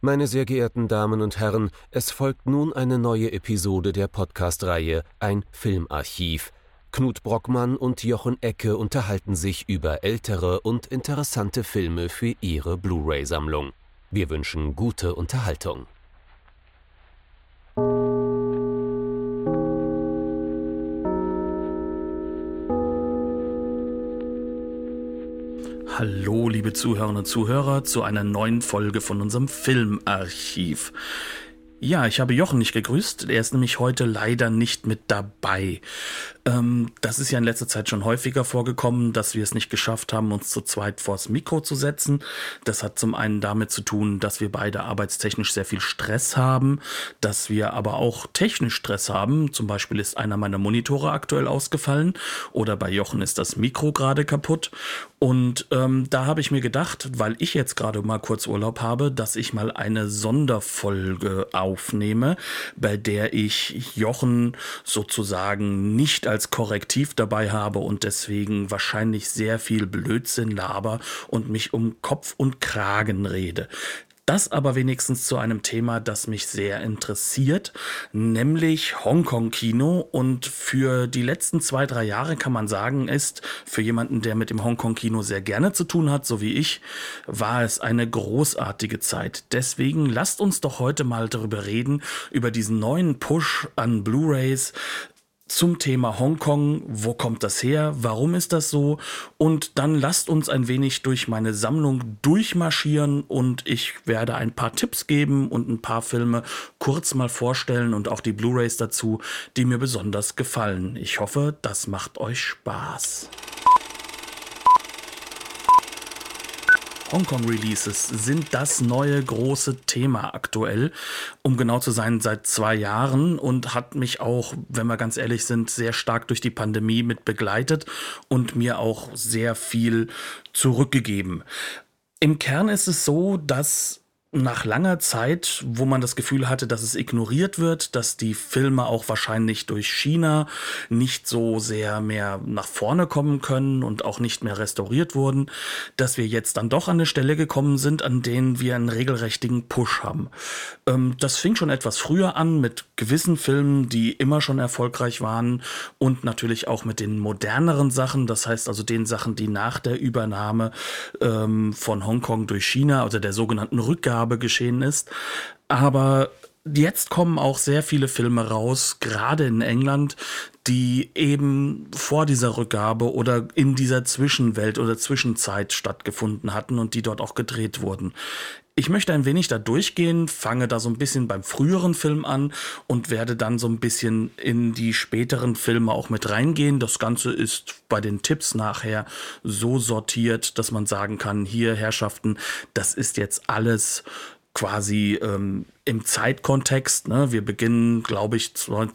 Meine sehr geehrten Damen und Herren, es folgt nun eine neue Episode der Podcast-Reihe Ein Filmarchiv. Knut Brockmann und Jochen Ecke unterhalten sich über ältere und interessante Filme für ihre Blu-ray-Sammlung. Wir wünschen gute Unterhaltung. Hallo, liebe Zuhörerinnen und Zuhörer, zu einer neuen Folge von unserem Filmarchiv. Ja, ich habe Jochen nicht gegrüßt, er ist nämlich heute leider nicht mit dabei. Das ist ja in letzter Zeit schon häufiger vorgekommen, dass wir es nicht geschafft haben, uns zu zweit vors Mikro zu setzen. Das hat zum einen damit zu tun, dass wir beide arbeitstechnisch sehr viel Stress haben, dass wir aber auch technisch Stress haben. Zum Beispiel ist einer meiner Monitore aktuell ausgefallen oder bei Jochen ist das Mikro gerade kaputt. Und da habe ich mir gedacht, weil ich jetzt gerade mal kurz Urlaub habe, dass ich mal eine Sonderfolge aufnehme, bei der ich Jochen sozusagen nicht als Korrektiv dabei habe und deswegen wahrscheinlich sehr viel Blödsinn laber und mich um Kopf und Kragen rede. Das aber wenigstens zu einem Thema, das mich sehr interessiert, nämlich Hongkong-Kino. Und für die letzten 2-3 Jahre kann man sagen, ist für jemanden, der mit dem Hongkong-Kino sehr gerne zu tun hat, so wie ich, war es eine großartige Zeit. Deswegen lasst uns doch heute mal darüber reden, über diesen neuen Push an Blu-rays, zum Thema Hongkong, wo kommt das her, warum ist das so, und dann lasst uns ein wenig durch meine Sammlung durchmarschieren und ich werde ein paar Tipps geben und ein paar Filme kurz mal vorstellen und auch die Blu-rays dazu, die mir besonders gefallen. Ich hoffe, das macht euch Spaß. Hongkong-Releases sind das neue große Thema aktuell, um genau zu sein, seit 2 Jahren und hat mich auch, wenn wir ganz ehrlich sind, sehr stark durch die Pandemie mit begleitet und mir auch sehr viel zurückgegeben. Im Kern ist es so, dass nach langer Zeit, wo man das Gefühl hatte, dass es ignoriert wird, dass die Filme auch wahrscheinlich durch China nicht so sehr mehr nach vorne kommen können und auch nicht mehr restauriert wurden, dass wir jetzt dann doch an eine Stelle gekommen sind, an denen wir einen regelrechten Push haben. Das fing schon etwas früher an mit gewissen Filmen, die immer schon erfolgreich waren und natürlich auch mit den moderneren Sachen, das heißt also den Sachen, die nach der Übernahme von Hongkong durch China, also der sogenannten Rückgabe geschehen ist. Aber jetzt kommen auch sehr viele Filme raus, gerade in England, die eben vor dieser Rückgabe oder in dieser Zwischenwelt oder Zwischenzeit stattgefunden hatten und die dort auch gedreht wurden. Ich möchte ein wenig da durchgehen, fange da so ein bisschen beim früheren Film an und werde dann so ein bisschen in die späteren Filme auch mit reingehen. Das Ganze ist bei den Tipps nachher so sortiert, dass man sagen kann, hier Herrschaften, das ist jetzt alles quasi im Zeitkontext. Ne? Wir beginnen, glaube ich,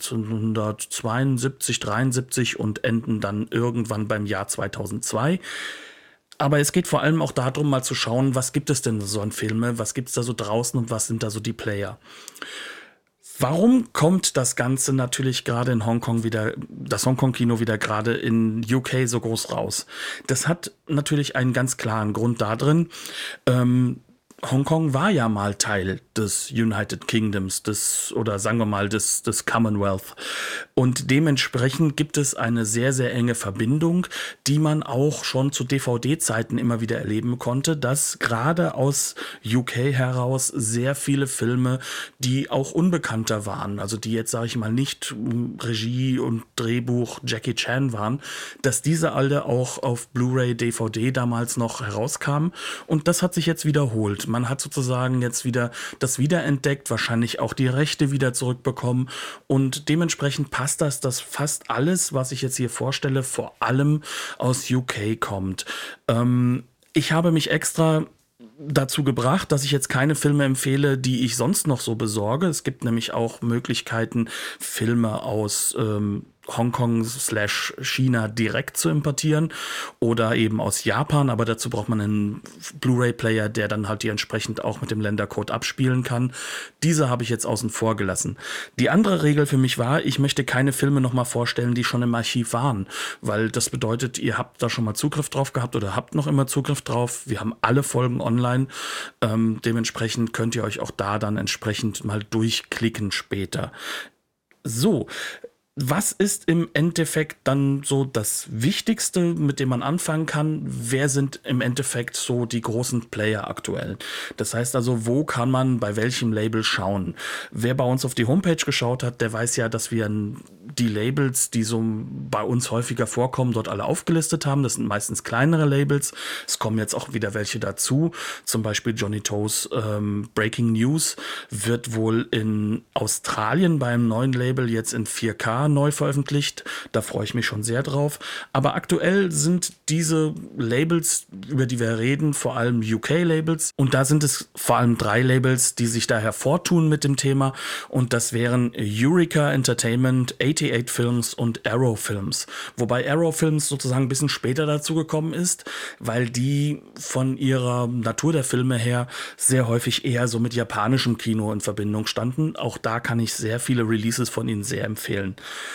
1972, 73 und enden dann irgendwann beim Jahr 2002. Aber es geht vor allem auch darum, mal zu schauen, was gibt es denn so an Filme, was gibt es da so draußen und was sind da so die Player. Warum kommt das Ganze natürlich gerade in Hongkong wieder, das Hongkong-Kino wieder gerade in UK so groß raus? Das hat natürlich einen ganz klaren Grund da drin. Hongkong war ja mal Teil des United Kingdoms, oder sagen wir mal des Commonwealth. Und dementsprechend gibt es eine sehr, sehr enge Verbindung, die man auch schon zu DVD-Zeiten immer wieder erleben konnte, dass gerade aus UK heraus sehr viele Filme, die auch unbekannter waren, also die jetzt, sage ich mal, nicht Regie und Drehbuch Jackie Chan waren, dass diese alle auch auf Blu-ray, DVD damals noch herauskamen. Und das hat sich jetzt wiederholt. Man hat sozusagen jetzt wieder das wiederentdeckt, wahrscheinlich auch die Rechte wieder zurückbekommen und dementsprechend passt das, dass fast alles, was ich jetzt hier vorstelle, vor allem aus UK kommt. Ich habe mich extra dazu gebracht, dass ich jetzt keine Filme empfehle, die ich sonst noch so besorge. Es gibt nämlich auch Möglichkeiten, Filme aus Hongkong/China direkt zu importieren oder eben aus Japan, aber dazu braucht man einen Blu-ray-Player, der dann halt die entsprechend auch mit dem Ländercode abspielen kann. Diese habe ich jetzt außen vor gelassen. Die andere Regel für mich war, ich möchte keine Filme nochmal vorstellen, die schon im Archiv waren, weil das bedeutet, ihr habt da schon mal Zugriff drauf gehabt oder habt noch immer Zugriff drauf. Wir haben alle Folgen online. Dementsprechend könnt ihr euch auch da dann entsprechend mal durchklicken später. So, was ist im Endeffekt dann so das Wichtigste, mit dem man anfangen kann? Wer sind im Endeffekt so die großen Player aktuell? Das heißt also, wo kann man bei welchem Label schauen? Wer bei uns auf die Homepage geschaut hat, der weiß ja, dass wir die Labels, die so bei uns häufiger vorkommen, dort alle aufgelistet haben. Das sind meistens kleinere Labels. Es kommen jetzt auch wieder welche dazu. Zum Beispiel Johnny Toes Breaking News wird wohl in Australien beim neuen Label jetzt in 4K neu veröffentlicht. Da freue ich mich schon sehr drauf. Aber aktuell sind diese Labels, über die wir reden, vor allem UK-Labels. Und da sind es vor allem 3 Labels, die sich da hervortun mit dem Thema. Und das wären Eureka Entertainment, 88 Films und Arrow Films. Wobei Arrow Films sozusagen ein bisschen später dazu gekommen ist, weil die von ihrer Natur der Filme her sehr häufig eher so mit japanischem Kino in Verbindung standen. Auch da kann ich sehr viele Releases von ihnen sehr empfehlen.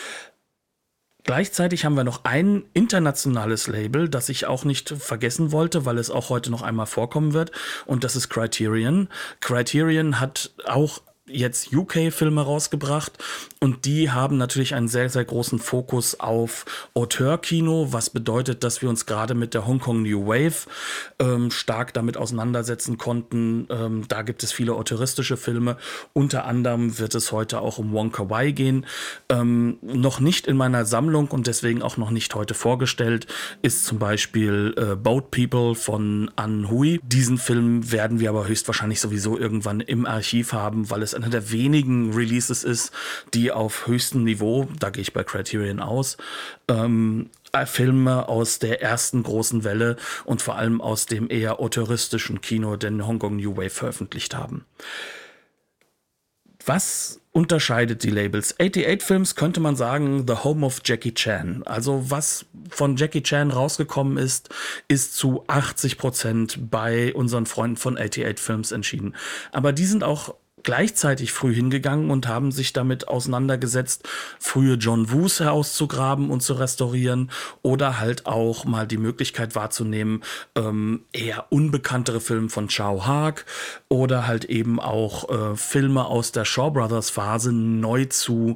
Gleichzeitig haben wir noch ein internationales Label, das ich auch nicht vergessen wollte, weil es auch heute noch einmal vorkommen wird. Und das ist Criterion. Criterion hat auch jetzt UK-Filme rausgebracht und die haben natürlich einen sehr, sehr großen Fokus auf Auteurkino, was bedeutet, dass wir uns gerade mit der Hongkong New Wave stark damit auseinandersetzen konnten. Da gibt es viele auteuristische Filme. Unter anderem wird es heute auch um Wong Kar-wai gehen. Noch nicht in meiner Sammlung und deswegen auch noch nicht heute vorgestellt ist zum Beispiel Boat People von An Hui. Diesen Film werden wir aber höchstwahrscheinlich sowieso irgendwann im Archiv haben, weil es einer der wenigen Releases ist, die auf höchstem Niveau, da gehe ich bei Criterion aus, Filme aus der ersten großen Welle und vor allem aus dem eher auteuristischen Kino, den Hongkong New Wave veröffentlicht haben. Was unterscheidet die Labels? 88 Films könnte man sagen, the home of Jackie Chan. Also was von Jackie Chan rausgekommen ist zu 80% bei unseren Freunden von 88 Films entschieden. Aber die sind auch gleichzeitig früh hingegangen und haben sich damit auseinandergesetzt, frühe John Woos herauszugraben und zu restaurieren oder halt auch mal die Möglichkeit wahrzunehmen, eher unbekanntere Filme von Chow Hak oder halt eben auch Filme aus der Shaw Brothers Phase neu zu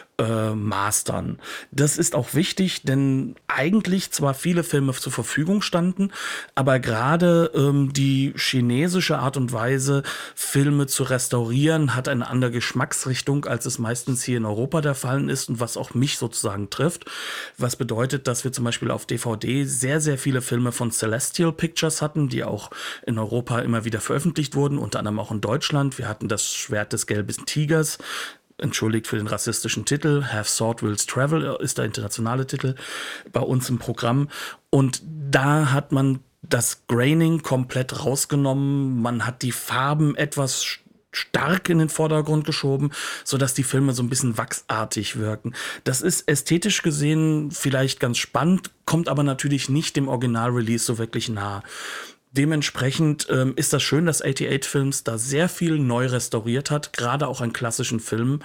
mastern. Das ist auch wichtig, denn eigentlich zwar viele Filme zur Verfügung standen, aber gerade die chinesische Art und Weise, Filme zu restaurieren, hat eine andere Geschmacksrichtung, als es meistens hier in Europa der Fall ist und was auch mich sozusagen trifft. Was bedeutet, dass wir zum Beispiel auf DVD sehr, sehr viele Filme von Celestial Pictures hatten, die auch in Europa immer wieder veröffentlicht wurden, unter anderem auch in Deutschland. Wir hatten das Schwert des gelben Tigers. Entschuldigt für den rassistischen Titel. Have Sword Wills Travel ist der internationale Titel bei uns im Programm. Und da hat man das Graining komplett rausgenommen. Man hat die Farben etwas stark in den Vordergrund geschoben, sodass die Filme so ein bisschen wachsartig wirken. Das ist ästhetisch gesehen vielleicht ganz spannend, kommt aber natürlich nicht dem Original-Release so wirklich nah. Dementsprechend ist das schön, dass 88 Films da sehr viel neu restauriert hat, gerade auch an klassischen Filmen.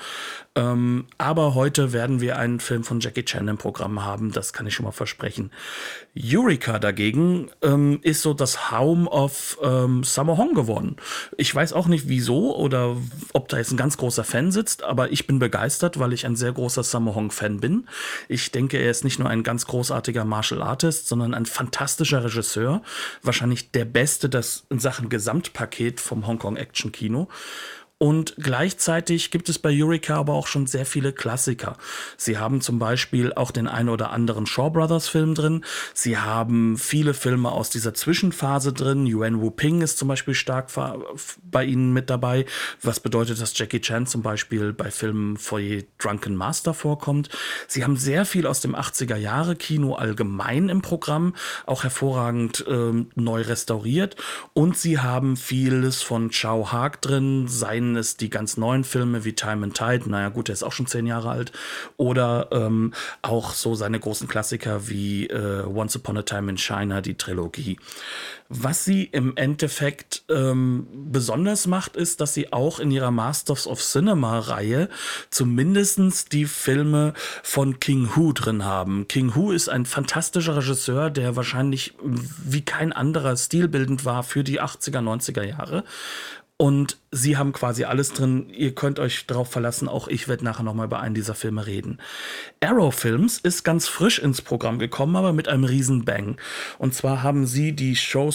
Aber heute werden wir einen Film von Jackie Chan im Programm haben, das kann ich schon mal versprechen. Eureka dagegen ist so das Home of Sammo Hung geworden. Ich weiß auch nicht wieso oder ob da jetzt ein ganz großer Fan sitzt, aber ich bin begeistert, weil ich ein sehr großer Sammo Hung-Fan bin. Ich denke, er ist nicht nur ein ganz großartiger Martial Artist, sondern ein fantastischer Regisseur. Wahrscheinlich der Beste das in Sachen Gesamtpaket vom Hongkong-Action-Kino. Und gleichzeitig gibt es bei Eureka aber auch schon sehr viele Klassiker. Sie haben zum Beispiel auch den einen oder anderen Shaw Brothers Film drin. Sie haben viele Filme aus dieser Zwischenphase drin. Yuan Wu Ping ist zum Beispiel stark bei ihnen mit dabei. Was bedeutet, dass Jackie Chan zum Beispiel bei Filmen Foyer Drunken Master vorkommt. Sie haben sehr viel aus dem 80er Jahre Kino allgemein im Programm, auch hervorragend neu restauriert. Und sie haben vieles von Chow Hak drin, seinen seien es die ganz neuen Filme wie Time and Tide, naja gut, der ist auch schon 10 Jahre alt, oder auch so seine großen Klassiker wie Once Upon a Time in China, die Trilogie. Was sie im Endeffekt besonders macht, ist, dass sie auch in ihrer Masters of Cinema-Reihe zumindestens die Filme von King Hu drin haben. King Hu ist ein fantastischer Regisseur, der wahrscheinlich wie kein anderer stilbildend war für die 80er, 90er Jahre. Und sie haben quasi alles drin. Ihr könnt euch darauf verlassen, auch ich werde nachher nochmal über einen dieser Filme reden. Arrow Films ist ganz frisch ins Programm gekommen, aber mit einem riesen Bang. Und zwar haben sie die Shaw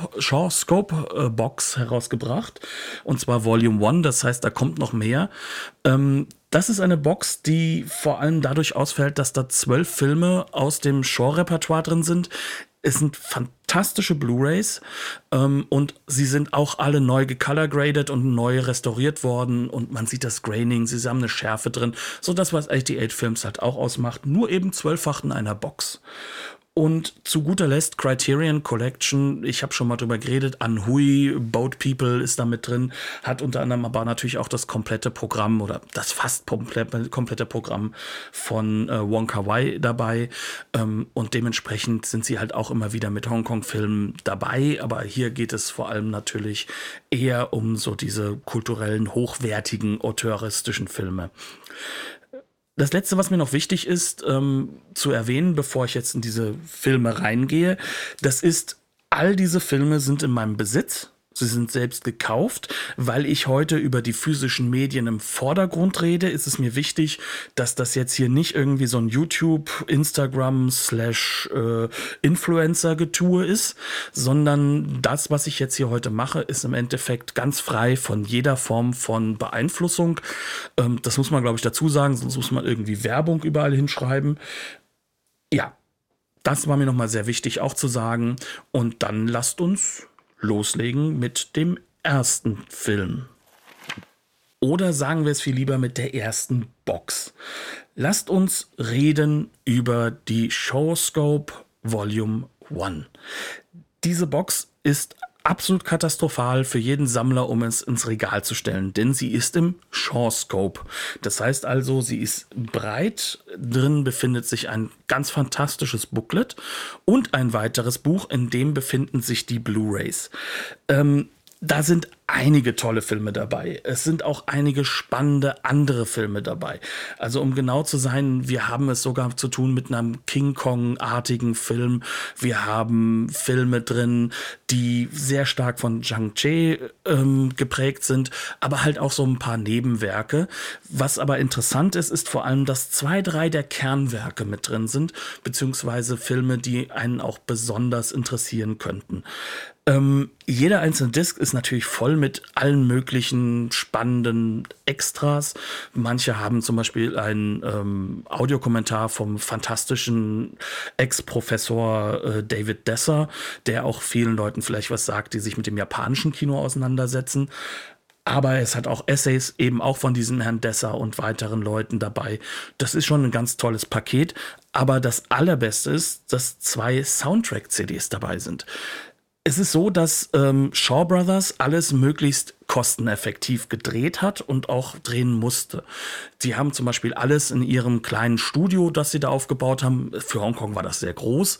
Scope Box herausgebracht. Und zwar Volume 1, das heißt, da kommt noch mehr. Das ist eine Box, die vor allem dadurch ausfällt, dass da 12 Filme aus dem Shaw-Repertoire drin sind. Es sind fantastische Blu-rays und sie sind auch alle neu gecolor-graded und neu restauriert worden und man sieht das Graining, sie haben eine Schärfe drin, so das, was 88 Films halt auch ausmacht, nur eben 12-fach in einer Box. Und zu guter Letzt Criterion Collection, ich habe schon mal drüber geredet, Anhui, Boat People ist da mit drin, hat unter anderem aber natürlich auch das komplette Programm oder das fast komplette Programm von Wong Kar-wai dabei und dementsprechend sind sie halt auch immer wieder mit Hongkong-Filmen dabei, aber hier geht es vor allem natürlich eher um so diese kulturellen, hochwertigen, auteuristischen Filme. Das Letzte, was mir noch wichtig ist, zu erwähnen, bevor ich jetzt in diese Filme reingehe, das ist, all diese Filme sind in meinem Besitz. Sie sind selbst gekauft. Weil ich heute über die physischen Medien im Vordergrund rede, ist es mir wichtig, dass das jetzt hier nicht irgendwie so ein YouTube, Instagram /Influencer-Getue ist, sondern das, was ich jetzt hier heute mache, ist im Endeffekt ganz frei von jeder Form von Beeinflussung. Das muss man, glaube ich, dazu sagen, sonst muss man irgendwie Werbung überall hinschreiben. Ja, das war mir nochmal sehr wichtig auch zu sagen. Und dann lasst uns loslegen mit dem ersten Film. Oder sagen wir es viel lieber mit der ersten Box. Lasst uns reden über die Shawscope Volume 1. Diese Box ist absolut katastrophal für jeden Sammler, um es ins Regal zu stellen, denn sie ist im Shawscope. Das heißt also, sie ist breit, drin befindet sich ein ganz fantastisches Booklet und ein weiteres Buch, in dem befinden sich die Blu-rays. Da sind einige tolle Filme dabei. Es sind auch einige spannende andere Filme dabei. Also um genau zu sein, wir haben es sogar zu tun mit einem King Kong-artigen Film. Wir haben Filme drin, die sehr stark von Zhang Che geprägt sind, aber halt auch so ein paar Nebenwerke. Was aber interessant ist, ist vor allem, dass 2, 3 der Kernwerke mit drin sind, beziehungsweise Filme, die einen auch besonders interessieren könnten. Jeder einzelne Disc ist natürlich voll mit allen möglichen spannenden Extras. Manche haben zum Beispiel einen Audiokommentar vom fantastischen Ex-Professor David Desser, der auch vielen Leuten vielleicht was sagt, die sich mit dem japanischen Kino auseinandersetzen. Aber es hat auch Essays eben auch von diesem Herrn Desser und weiteren Leuten dabei. Das ist schon ein ganz tolles Paket. Aber das Allerbeste ist, dass 2 Soundtrack-CDs dabei sind. Es ist so, dass Shaw Brothers alles möglichst kosteneffektiv gedreht hat und auch drehen musste. Sie haben zum Beispiel alles in ihrem kleinen Studio, das sie da aufgebaut haben, für Hongkong war das sehr groß,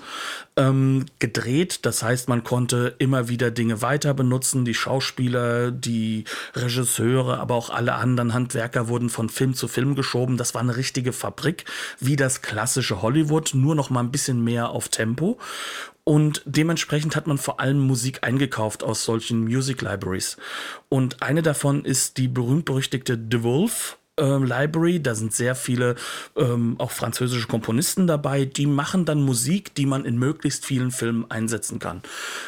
gedreht. Das heißt, man konnte immer wieder Dinge weiter benutzen. Die Schauspieler, die Regisseure, aber auch alle anderen Handwerker wurden von Film zu Film geschoben. Das war eine richtige Fabrik, wie das klassische Hollywood, nur noch mal ein bisschen mehr auf Tempo. Und dementsprechend hat man vor allem Musik eingekauft aus solchen Music Libraries. Und eine davon ist die berühmt-berüchtigte De Wolf Library. Da sind sehr viele auch französische Komponisten dabei. Die machen dann Musik, die man in möglichst vielen Filmen einsetzen kann.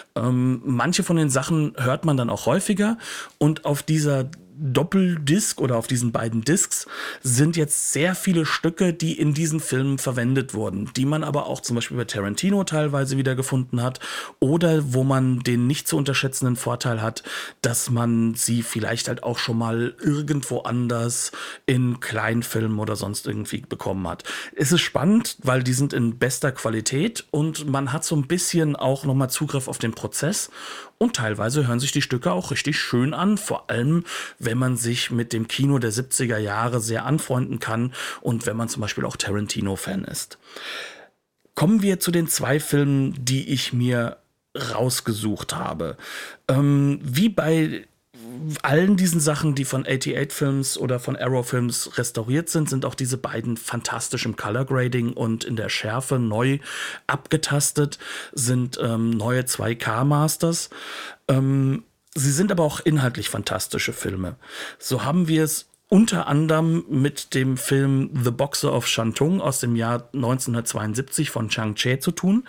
Manche von den Sachen hört man dann auch häufiger. Und auf dieser Doppeldisc oder auf diesen beiden Discs sind jetzt sehr viele Stücke, die in diesen Filmen verwendet wurden, die man aber auch zum Beispiel bei Tarantino teilweise wieder gefunden hat oder wo man den nicht zu unterschätzenden Vorteil hat, dass man sie vielleicht halt auch schon mal irgendwo anders in Kleinfilmen oder sonst irgendwie bekommen hat. Es ist spannend, weil die sind in bester Qualität und man hat so ein bisschen auch nochmal Zugriff auf den Prozess Und teilweise hören sich die Stücke auch richtig schön an, vor allem wenn man sich mit dem Kino der 70er Jahre sehr anfreunden kann und wenn man zum Beispiel auch Tarantino-Fan ist. Kommen wir zu den 2 Filmen, die ich mir rausgesucht habe. Wie bei allen diesen Sachen, die von 88 Films oder von Arrow Films restauriert sind auch diese beiden fantastisch im Color Grading und in der Schärfe neu abgetastet, sind neue 2K Masters. Sie sind aber auch inhaltlich fantastische Filme. So haben wir es unter anderem mit dem Film The Boxer of Shantung aus dem Jahr 1972 von Chang Cheh zu tun.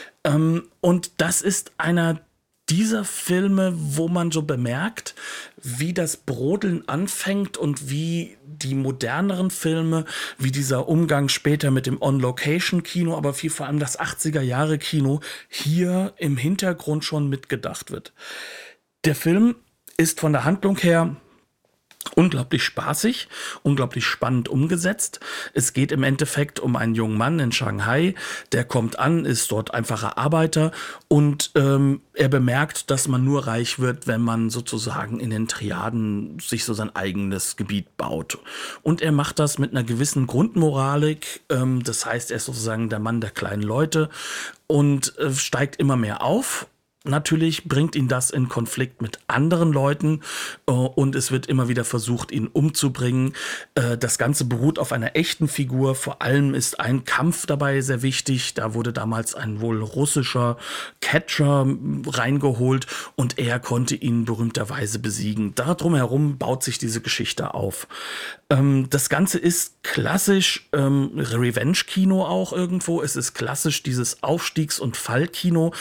Und das ist einer dieser Filme, wo man so bemerkt, wie das Brodeln anfängt und wie die moderneren Filme, wie dieser Umgang später mit dem On-Location-Kino, aber wie vor allem das 80er-Jahre-Kino hier im Hintergrund schon mitgedacht wird. Der Film ist von der Handlung her unglaublich spaßig, unglaublich spannend umgesetzt. Es geht im Endeffekt um einen jungen Mann in Shanghai, der kommt an, ist dort einfacher Arbeiter und er bemerkt, dass man nur reich wird, wenn man sozusagen in den Triaden sich so sein eigenes Gebiet baut. Und er macht das mit einer gewissen Grundmoralik, das heißt, er ist sozusagen der Mann der kleinen Leute und steigt immer mehr auf. Natürlich bringt ihn das in Konflikt mit anderen Leuten und es wird immer wieder versucht, ihn umzubringen. Das Ganze beruht auf einer echten Figur. Vor allem ist ein Kampf dabei sehr wichtig. Da wurde damals ein wohl russischer Catcher reingeholt und er konnte ihn berühmterweise besiegen. Darum herum baut sich diese Geschichte auf. Das Ganze ist klassisch Revenge-Kino auch irgendwo. Es ist klassisch dieses Aufstiegs- und Fallkino.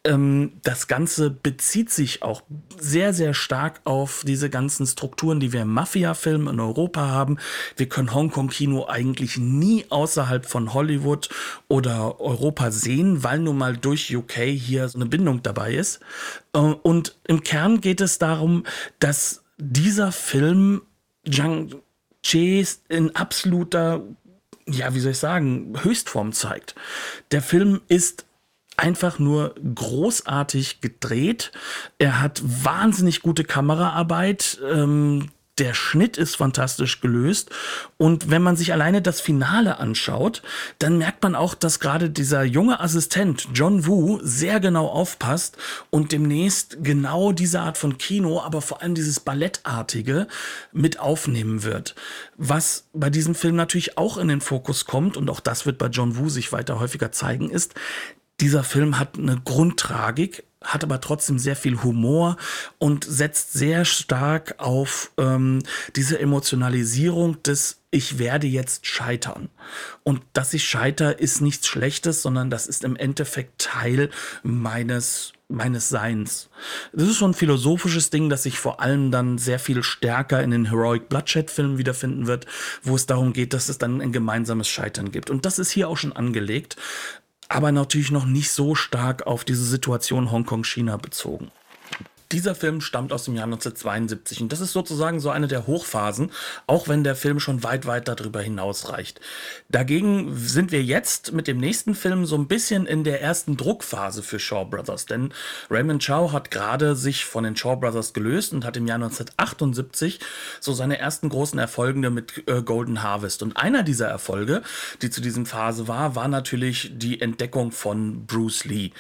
Das Ganze bezieht sich auch sehr, sehr stark auf diese ganzen Strukturen, die wir im Mafia-Film in Europa haben. Wir können Hongkong-Kino eigentlich nie außerhalb von Hollywood oder Europa sehen, weil nun mal durch UK hier so eine Bindung dabei ist. Und im Kern geht es darum, dass dieser Film Chang Cheh in absoluter, ja, wie soll ich sagen, Höchstform zeigt. Der Film ist einfach nur großartig gedreht. Er hat wahnsinnig gute Kameraarbeit. Der Schnitt ist fantastisch gelöst. Und wenn man sich alleine das Finale anschaut, dann merkt man auch, dass gerade dieser junge Assistent John Woo sehr genau aufpasst und demnächst genau diese Art von Kino, aber vor allem dieses Ballettartige mit aufnehmen wird. Was bei diesem Film natürlich auch in den Fokus kommt, und auch das wird bei John Woo sich weiter häufiger zeigen, ist, dieser Film hat eine Grundtragik, hat aber trotzdem sehr viel Humor und setzt sehr stark auf diese Emotionalisierung des Ich werde jetzt scheitern. Und dass ich scheitere, ist nichts Schlechtes, sondern das ist im Endeffekt Teil meines Seins. Das ist so ein philosophisches Ding, das sich vor allem dann sehr viel stärker in den Heroic Bloodshed-Filmen wiederfinden wird, wo es darum geht, dass es dann ein gemeinsames Scheitern gibt. Und das ist hier auch schon angelegt, aber natürlich noch nicht so stark auf diese Situation Hongkong-China bezogen. Dieser Film stammt aus dem Jahr 1972 und das ist sozusagen so eine der Hochphasen, auch wenn der Film schon weit darüber hinausreicht. Dagegen sind wir jetzt mit dem nächsten Film so ein bisschen in der ersten Druckphase für Shaw Brothers, denn Raymond Chow hat gerade sich von den Shaw Brothers gelöst und hat im Jahr 1978 so seine ersten großen Erfolge mit Golden Harvest. Und einer dieser Erfolge, die zu diesem Phase war natürlich die Entdeckung von Bruce Lee.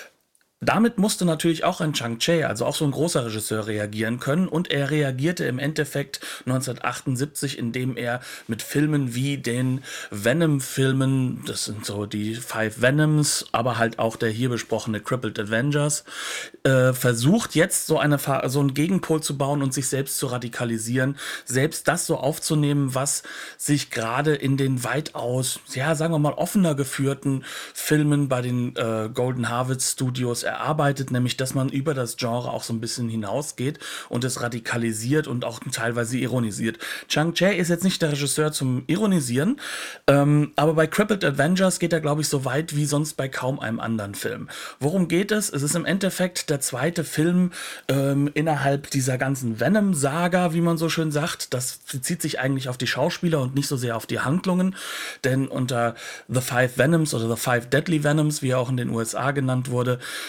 Damit musste natürlich auch ein Chang Cheh, also auch so ein großer Regisseur, reagieren können. Und er reagierte im Endeffekt 1978, indem er mit Filmen wie den Venom-Filmen, das sind so die 5 Venoms, aber halt auch der hier besprochene Crippled Avengers, versucht jetzt so einen Gegenpol zu bauen und sich selbst zu radikalisieren, selbst das so aufzunehmen, was sich gerade in den weitaus, ja, sagen wir mal, offener geführten Filmen bei den Golden Harvest Studios erarbeitet, nämlich dass man über das Genre auch so ein bisschen hinausgeht und es radikalisiert und auch teilweise ironisiert. Chang Cheh ist jetzt nicht der Regisseur zum Ironisieren, aber bei Crippled Avengers geht er, glaube ich, so weit wie sonst bei kaum einem anderen Film. Worum geht es? Es ist im Endeffekt der zweite Film innerhalb dieser ganzen Venom-Saga, wie man so schön sagt. Das bezieht sich eigentlich auf die Schauspieler und nicht so sehr auf die Handlungen, denn unter The 5 Venoms oder The 5 Deadly Venoms, wie er auch in den USA genannt wurde,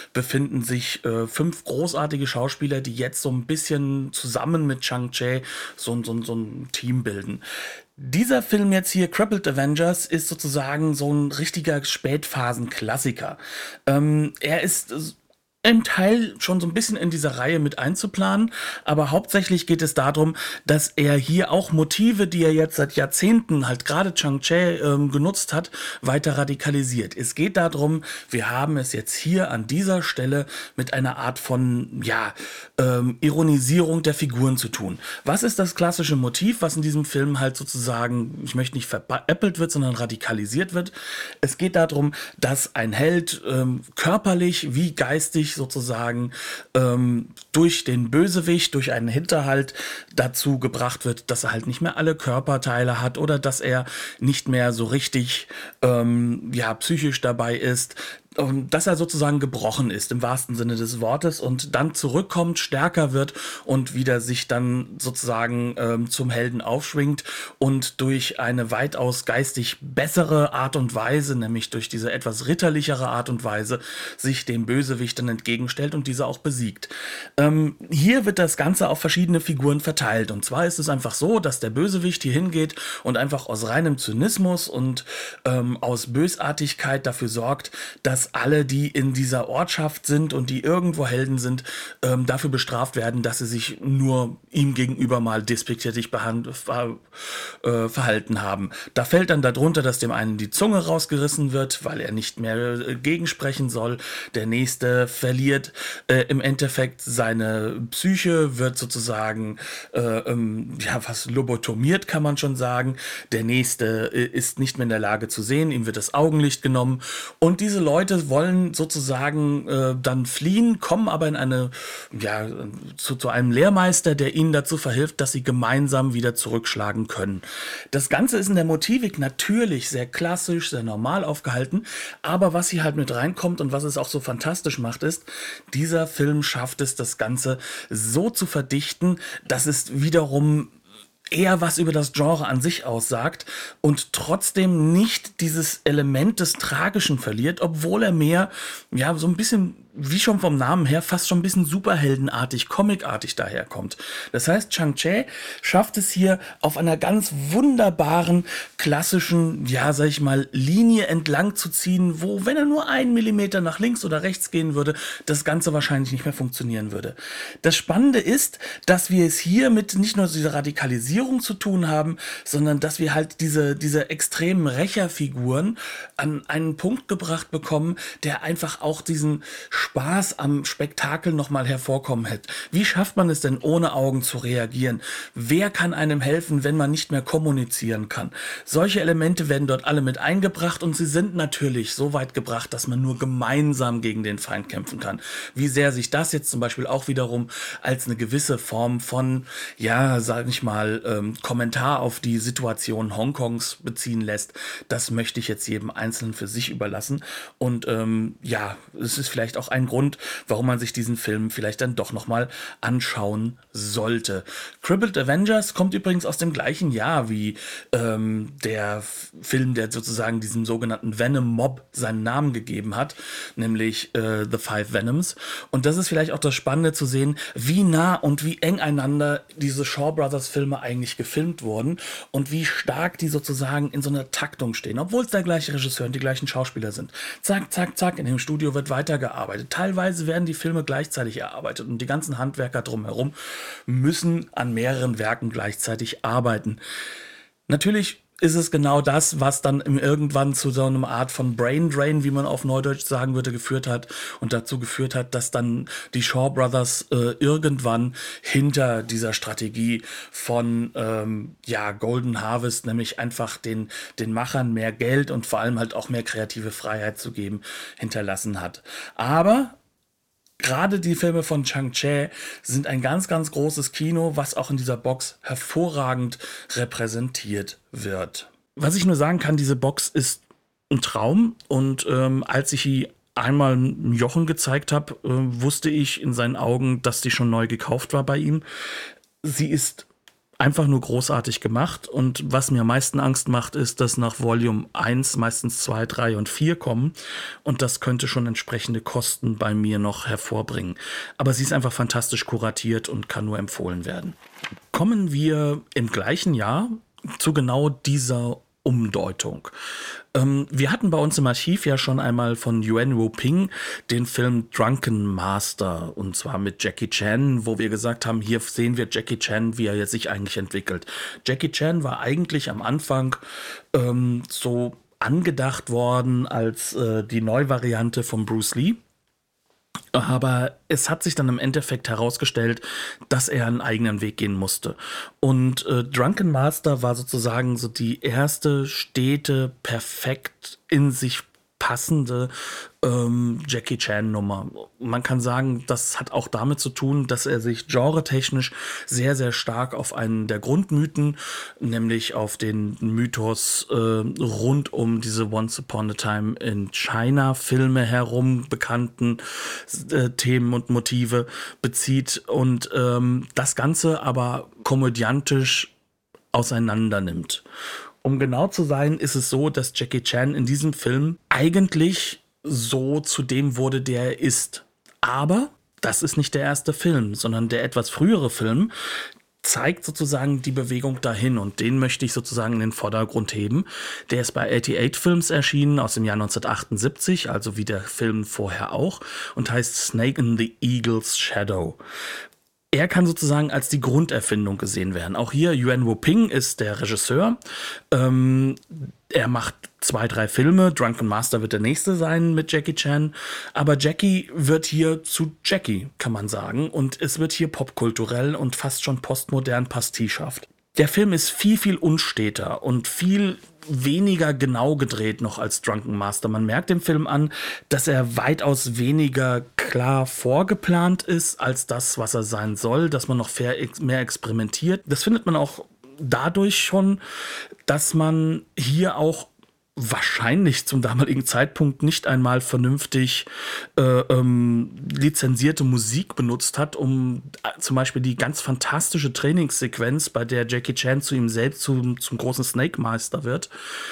befinden sich 5 großartige Schauspieler, die jetzt so ein bisschen zusammen mit Chang-Che so ein Team bilden. Dieser Film jetzt hier, Crippled Avengers, ist sozusagen so ein richtiger Spätphasen-Klassiker. Er ist im Teil schon so ein bisschen in dieser Reihe mit einzuplanen, aber hauptsächlich geht es darum, dass er hier auch Motive, die er jetzt seit Jahrzehnten halt gerade Chang-Che genutzt hat, weiter radikalisiert. Es geht darum, wir haben es jetzt hier an dieser Stelle mit einer Art von, Ironisierung der Figuren zu tun. Was ist das klassische Motiv, was in diesem Film halt sozusagen, ich möchte nicht veräppelt wird, sondern radikalisiert wird? Es geht darum, dass ein Held körperlich wie geistig sozusagen durch den Bösewicht, durch einen Hinterhalt dazu gebracht wird, dass er halt nicht mehr alle Körperteile hat oder dass er nicht mehr so richtig psychisch dabei ist, dass er sozusagen gebrochen ist, im wahrsten Sinne des Wortes, und dann zurückkommt, stärker wird und wieder sich dann sozusagen zum Helden aufschwingt und durch eine weitaus geistig bessere Art und Weise, nämlich durch diese etwas ritterlichere Art und Weise, sich dem Bösewicht dann entgegenstellt und dieser auch besiegt. Hier wird das Ganze auf verschiedene Figuren verteilt, und zwar ist es einfach so, dass der Bösewicht hier hingeht und einfach aus reinem Zynismus und aus Bösartigkeit dafür sorgt, dass alle, die in dieser Ortschaft sind und die irgendwo Helden sind, dafür bestraft werden, dass sie sich nur ihm gegenüber mal despektierlich verhalten haben. Da fällt dann darunter, dass dem einen die Zunge rausgerissen wird, weil er nicht mehr gegensprechen soll. Der nächste verliert im Endeffekt seine Psyche, wird sozusagen fast lobotomiert, kann man schon sagen. Der nächste ist nicht mehr in der Lage zu sehen, ihm wird das Augenlicht genommen, und diese Leute wollen sozusagen dann fliehen, kommen aber in zu einem Lehrmeister, der ihnen dazu verhilft, dass sie gemeinsam wieder zurückschlagen können. Das Ganze ist in der Motivik natürlich sehr klassisch, sehr normal aufgehalten, aber was hier halt mit reinkommt und was es auch so fantastisch macht, ist, dieser Film schafft es, das Ganze so zu verdichten, dass es wiederum eher was über das Genre an sich aussagt und trotzdem nicht dieses Element des Tragischen verliert, obwohl er mehr, so ein bisschen, wie schon vom Namen her, fast schon ein bisschen superheldenartig, comicartig daherkommt. Das heißt, Chang-Che schafft es hier auf einer ganz wunderbaren, klassischen, Linie entlang zu ziehen, wo, wenn er nur 1 Millimeter nach links oder rechts gehen würde, das Ganze wahrscheinlich nicht mehr funktionieren würde. Das Spannende ist, dass wir es hier mit nicht nur dieser Radikalisierung zu tun haben, sondern dass wir halt diese extremen Rächerfiguren an einen Punkt gebracht bekommen, der einfach auch diesen Spaß am Spektakel nochmal hervorkommen hätte. Wie schafft man es denn, ohne Augen zu reagieren? Wer kann einem helfen, wenn man nicht mehr kommunizieren kann? Solche Elemente werden dort alle mit eingebracht, und sie sind natürlich so weit gebracht, dass man nur gemeinsam gegen den Feind kämpfen kann. Wie sehr sich das jetzt zum Beispiel auch wiederum als eine gewisse Form von, Kommentar auf die Situation Hongkongs beziehen lässt, das möchte ich jetzt jedem Einzelnen für sich überlassen. Und es ist vielleicht auch ein Grund, warum man sich diesen Film vielleicht dann doch nochmal anschauen sollte. Crippled Avengers kommt übrigens aus dem gleichen Jahr wie der Film, der sozusagen diesem sogenannten Venom-Mob seinen Namen gegeben hat, nämlich The Five Venoms. Und das ist vielleicht auch das Spannende zu sehen, wie nah und wie eng einander diese Shaw Brothers Filme eigentlich gefilmt wurden und wie stark die sozusagen in so einer Taktung stehen, obwohl es der gleiche Regisseur und die gleichen Schauspieler sind. Zack, zack, zack, in dem Studio wird weitergearbeitet. Teilweise werden die Filme gleichzeitig erarbeitet und die ganzen Handwerker drumherum müssen an mehreren Werken gleichzeitig arbeiten. Natürlich ist es genau das, was dann irgendwann zu so einer Art von Brain Drain, wie man auf Neudeutsch sagen würde, geführt hat und dazu geführt hat, dass dann die Shaw Brothers irgendwann hinter dieser Strategie von Golden Harvest, nämlich einfach den Machern mehr Geld und vor allem halt auch mehr kreative Freiheit zu geben, hinterlassen hat. Aber gerade die Filme von Chang-Che sind ein ganz, ganz großes Kino, was auch in dieser Box hervorragend repräsentiert wird. Was ich nur sagen kann, diese Box ist ein Traum, und als ich sie einmal Jochen gezeigt habe, wusste ich in seinen Augen, dass die schon neu gekauft war bei ihm. Sie ist einfach nur großartig gemacht. Und was mir am meisten Angst macht, ist, dass nach Volume 1 meistens 2, 3 und 4 kommen. Und das könnte schon entsprechende Kosten bei mir noch hervorbringen. Aber sie ist einfach fantastisch kuratiert und kann nur empfohlen werden. Kommen wir im gleichen Jahr zu genau dieser Umdeutung. Wir hatten bei uns im Archiv ja schon einmal von Yuen Woo-ping den Film Drunken Master, und zwar mit Jackie Chan, wo wir gesagt haben, hier sehen wir Jackie Chan, wie er jetzt sich eigentlich entwickelt. Jackie Chan war eigentlich am Anfang so angedacht worden als die Neuvariante von Bruce Lee. Aber es hat sich dann im Endeffekt herausgestellt, dass er einen eigenen Weg gehen musste. Und Drunken Master war sozusagen so die erste stete, perfekt in sich passende Jackie Chan-Nummer. Man kann sagen, das hat auch damit zu tun, dass er sich genretechnisch sehr, sehr stark auf einen der Grundmythen, nämlich auf den Mythos rund um diese Once Upon a Time in China Filme herum bekannten Themen und Motive bezieht und das Ganze aber komödiantisch auseinander nimmt. Um genau zu sein, ist es so, dass Jackie Chan in diesem Film eigentlich so zu dem wurde, der er ist. Aber das ist nicht der erste Film, sondern der etwas frühere Film zeigt sozusagen die Bewegung dahin, und den möchte ich sozusagen in den Vordergrund heben. Der ist bei 88 Films erschienen aus dem Jahr 1978, also wie der Film vorher auch, und heißt Snake in the Eagle's Shadow. Er kann sozusagen als die Grunderfindung gesehen werden. Auch hier, Yuen Woo-ping ist der Regisseur. Er macht 2, 3 Filme. Drunken Master wird der nächste sein mit Jackie Chan. Aber Jackie wird hier zu Jackie, kann man sagen. Und es wird hier popkulturell und fast schon postmodern pastischhaft. Der Film ist viel, viel unsteter und viel weniger genau gedreht noch als Drunken Master. Man merkt dem Film an, dass er weitaus weniger klar vorgeplant ist als das, was er sein soll, dass man noch mehr experimentiert. Das findet man auch dadurch schon, dass man hier auch wahrscheinlich zum damaligen Zeitpunkt nicht einmal vernünftig lizenzierte Musik benutzt hat, um zum Beispiel die ganz fantastische Trainingssequenz, bei der Jackie Chan zu ihm selbst zum großen Snake-Meister wird,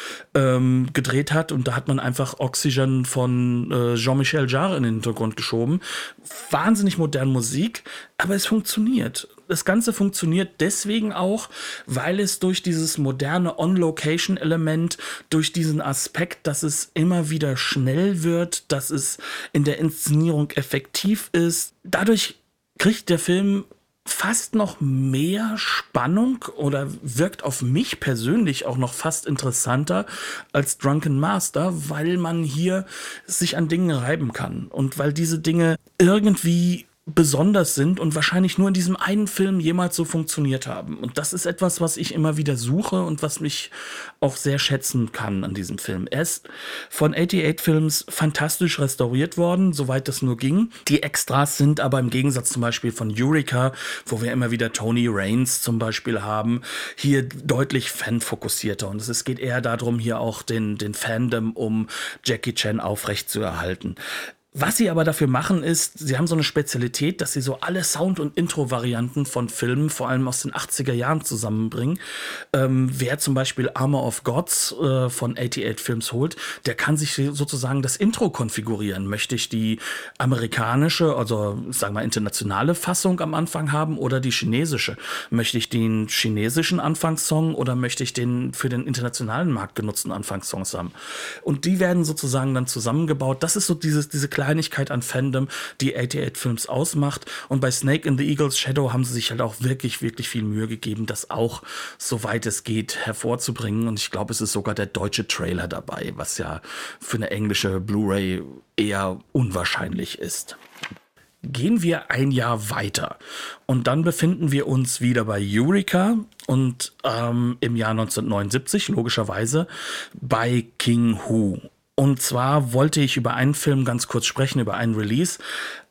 gedreht hat. Und da hat man einfach Oxygen von Jean-Michel Jarre in den Hintergrund geschoben. Wahnsinnig moderne Musik, aber es funktioniert. Das Ganze funktioniert deswegen auch, weil es durch dieses moderne On-Location-Element, durch diesen Aspekt, dass es immer wieder schnell wird, dass es in der Inszenierung effektiv ist, dadurch kriegt der Film fast noch mehr Spannung oder wirkt auf mich persönlich auch noch fast interessanter als Drunken Master, weil man hier sich an Dingen reiben kann und weil diese Dinge irgendwie besonders sind und wahrscheinlich nur in diesem einen Film jemals so funktioniert haben. Und das ist etwas, was ich immer wieder suche und was mich auch sehr schätzen kann an diesem Film. Er ist von 88 Films fantastisch restauriert worden, soweit das nur ging. Die Extras sind aber im Gegensatz zum Beispiel von Eureka, wo wir immer wieder Tony Raines zum Beispiel haben, hier deutlich fanfokussierter. Und es geht eher darum, hier auch den Fandom um Jackie Chan aufrechtzuerhalten. Was sie aber dafür machen ist, sie haben so eine Spezialität, dass sie so alle Sound- und Intro-Varianten von Filmen, vor allem aus den 80er Jahren, zusammenbringen. Wer zum Beispiel Armor of Gods von 88 Films holt, der kann sich sozusagen das Intro konfigurieren. Möchte ich die amerikanische, also sagen wir internationale Fassung am Anfang haben oder die chinesische? Möchte ich den chinesischen Anfangssong oder möchte ich den für den internationalen Markt genutzten Anfangssongs haben? Und die werden sozusagen dann zusammengebaut. Das ist so diese Kleinigkeit an Fandom, die 88 Films ausmacht. Und bei Snake in the Eagle's Shadow haben sie sich halt auch wirklich, wirklich viel Mühe gegeben, das auch, soweit es geht, hervorzubringen. Und ich glaube, es ist sogar der deutsche Trailer dabei, was ja für eine englische Blu-ray eher unwahrscheinlich ist. Gehen wir ein Jahr weiter und dann befinden wir uns wieder bei Eureka und im Jahr 1979, logischerweise, bei King Hu. Und zwar wollte ich über einen Film ganz kurz sprechen, über einen Release,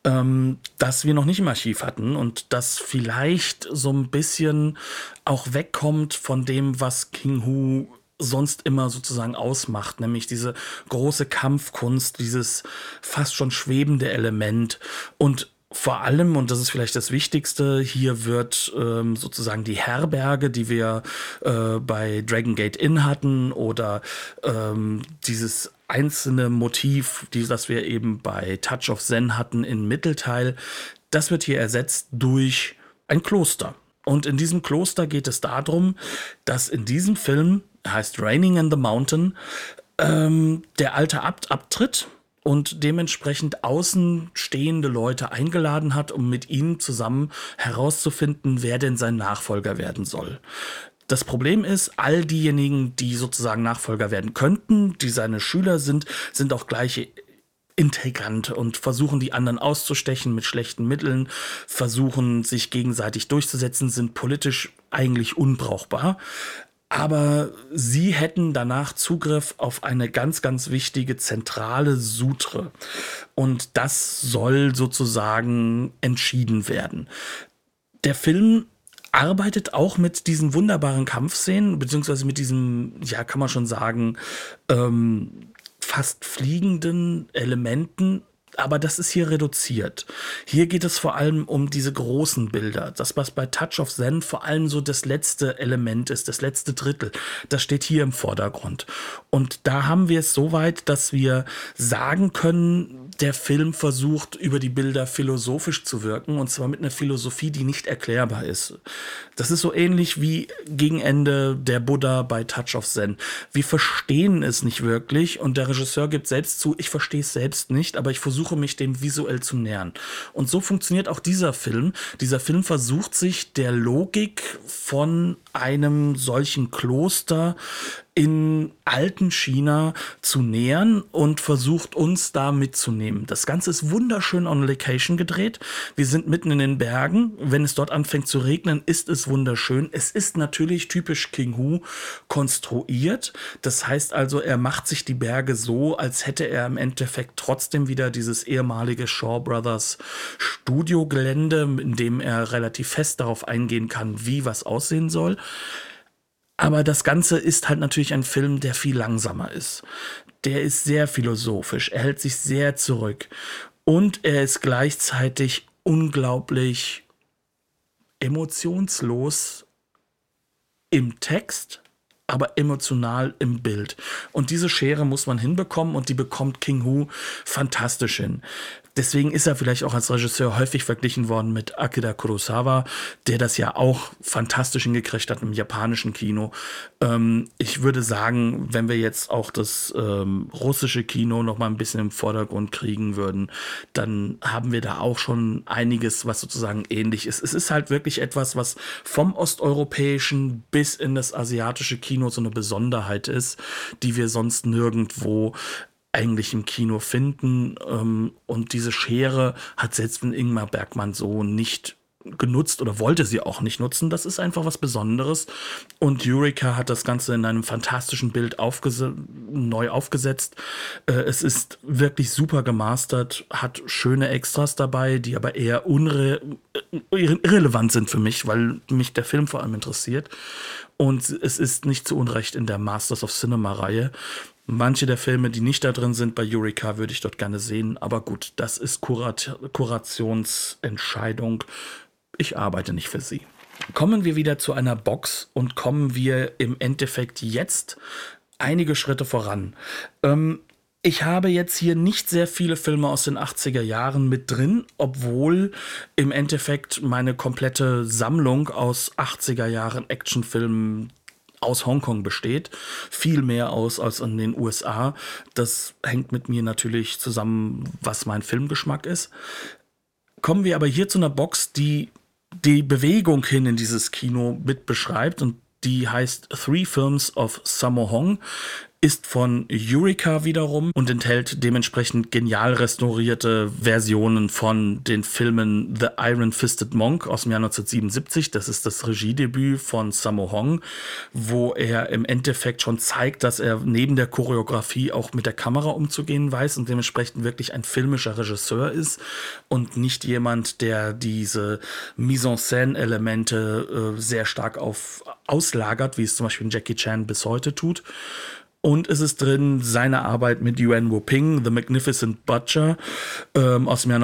das wir noch nicht im Archiv hatten und das vielleicht so ein bisschen auch wegkommt von dem, was King Hu sonst immer sozusagen ausmacht, nämlich diese große Kampfkunst, dieses fast schon schwebende Element. Und Vor allem, und das ist vielleicht das Wichtigste, hier wird sozusagen die Herberge, die wir bei Dragon Gate Inn hatten, oder dieses einzelne Motiv, das wir eben bei Touch of Zen hatten im Mittelteil, das wird hier ersetzt durch ein Kloster. Und in diesem Kloster geht es darum, dass in diesem Film, heißt Raining in the Mountain, der alte Abt abtritt und dementsprechend außenstehende Leute eingeladen hat, um mit ihnen zusammen herauszufinden, wer denn sein Nachfolger werden soll. Das Problem ist, all diejenigen, die sozusagen Nachfolger werden könnten, die seine Schüler sind auch gleich integrant und versuchen, die anderen auszustechen mit schlechten Mitteln, versuchen, sich gegenseitig durchzusetzen, sind politisch eigentlich unbrauchbar. Aber sie hätten danach Zugriff auf eine ganz, ganz wichtige zentrale Sutre. Und das soll sozusagen entschieden werden. Der Film arbeitet auch mit diesen wunderbaren Kampfszenen, beziehungsweise mit diesem, ja, kann man schon sagen, fast fliegenden Elementen, aber das ist hier reduziert. Hier geht es vor allem um diese großen Bilder. Das, was bei Touch of Zen vor allem so das letzte Element ist, das letzte Drittel, das steht hier im Vordergrund. Und da haben wir es so weit, dass wir sagen können, der Film versucht, über die Bilder philosophisch zu wirken, und zwar mit einer Philosophie, die nicht erklärbar ist. Das ist so ähnlich wie gegen Ende der Buddha bei Touch of Zen. Wir verstehen es nicht wirklich, und der Regisseur gibt selbst zu, ich verstehe es selbst nicht, aber ich versuche mich dem visuell zu nähern. Und so funktioniert auch dieser Film. Dieser Film versucht sich der Logik von einem solchen Kloster in alten China zu nähern und versucht, uns da mitzunehmen. Das Ganze ist wunderschön on Location gedreht. Wir sind mitten in den Bergen. Wenn es dort anfängt zu regnen, ist es wunderschön. Es ist natürlich typisch King Hu konstruiert. Das heißt also, er macht sich die Berge so, als hätte er im Endeffekt trotzdem wieder dieses ehemalige Shaw Brothers Studiogelände, in dem er relativ fest darauf eingehen kann, wie was aussehen soll. Aber das Ganze ist halt natürlich ein Film, der viel langsamer ist. Der ist sehr philosophisch, er hält sich sehr zurück. Und er ist gleichzeitig unglaublich emotionslos im Text, aber emotional im Bild. Und diese Schere muss man hinbekommen, und die bekommt King Hu fantastisch hin. Deswegen ist er vielleicht auch als Regisseur häufig verglichen worden mit Akira Kurosawa, der das ja auch fantastisch hingekriegt hat im japanischen Kino. Ich würde sagen, wenn wir jetzt auch das russische Kino noch mal ein bisschen im Vordergrund kriegen würden, dann haben wir da auch schon einiges, was sozusagen ähnlich ist. Es ist halt wirklich etwas, was vom osteuropäischen bis in das asiatische Kino so eine Besonderheit ist, die wir sonst nirgendwo eigentlich im Kino finden, und diese Schere hat selbst Ingmar Bergman so nicht genutzt oder wollte sie auch nicht nutzen. Das ist einfach was Besonderes, und Eureka hat das Ganze in einem fantastischen Bild neu aufgesetzt. Es ist wirklich super gemastert, hat schöne Extras dabei, die aber eher irrelevant sind für mich, weil mich der Film vor allem interessiert, und es ist nicht zu Unrecht in der Masters of Cinema-Reihe. Manche der Filme, die nicht da drin sind bei Eureka, würde ich dort gerne sehen. Aber gut, das ist Kurationsentscheidung. Ich arbeite nicht für sie. Kommen wir wieder zu einer Box und kommen wir im Endeffekt jetzt einige Schritte voran. Ich habe jetzt hier nicht sehr viele Filme aus den 80er Jahren mit drin, obwohl im Endeffekt meine komplette Sammlung aus 80er Jahren Actionfilmen aus Hongkong besteht, viel mehr aus als in den USA. Das hängt mit mir natürlich zusammen, was mein Filmgeschmack ist. Kommen wir aber hier zu einer Box, die die Bewegung hin in dieses Kino mit beschreibt, und die heißt Three Films of Sammo Hung, ist von Eureka wiederum und enthält dementsprechend genial restaurierte Versionen von den Filmen The Iron-Fisted Monk aus dem Jahr 1977. Das ist das Regiedebüt von Sammo Hung, wo er im Endeffekt schon zeigt, dass er neben der Choreografie auch mit der Kamera umzugehen weiß und dementsprechend wirklich ein filmischer Regisseur ist und nicht jemand, der diese Mise-en-Scène-Elemente sehr stark auslagert, wie es zum Beispiel Jackie Chan bis heute tut. Und es ist drin seine Arbeit mit Yuen Woo-ping, The Magnificent Butcher, aus dem Jahr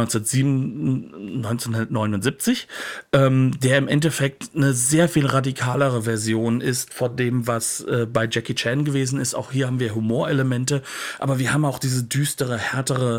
1979, der im Endeffekt eine sehr viel radikalere Version ist von dem, was bei Jackie Chan gewesen ist. Auch hier haben wir Humorelemente, aber wir haben auch diese düstere, härtere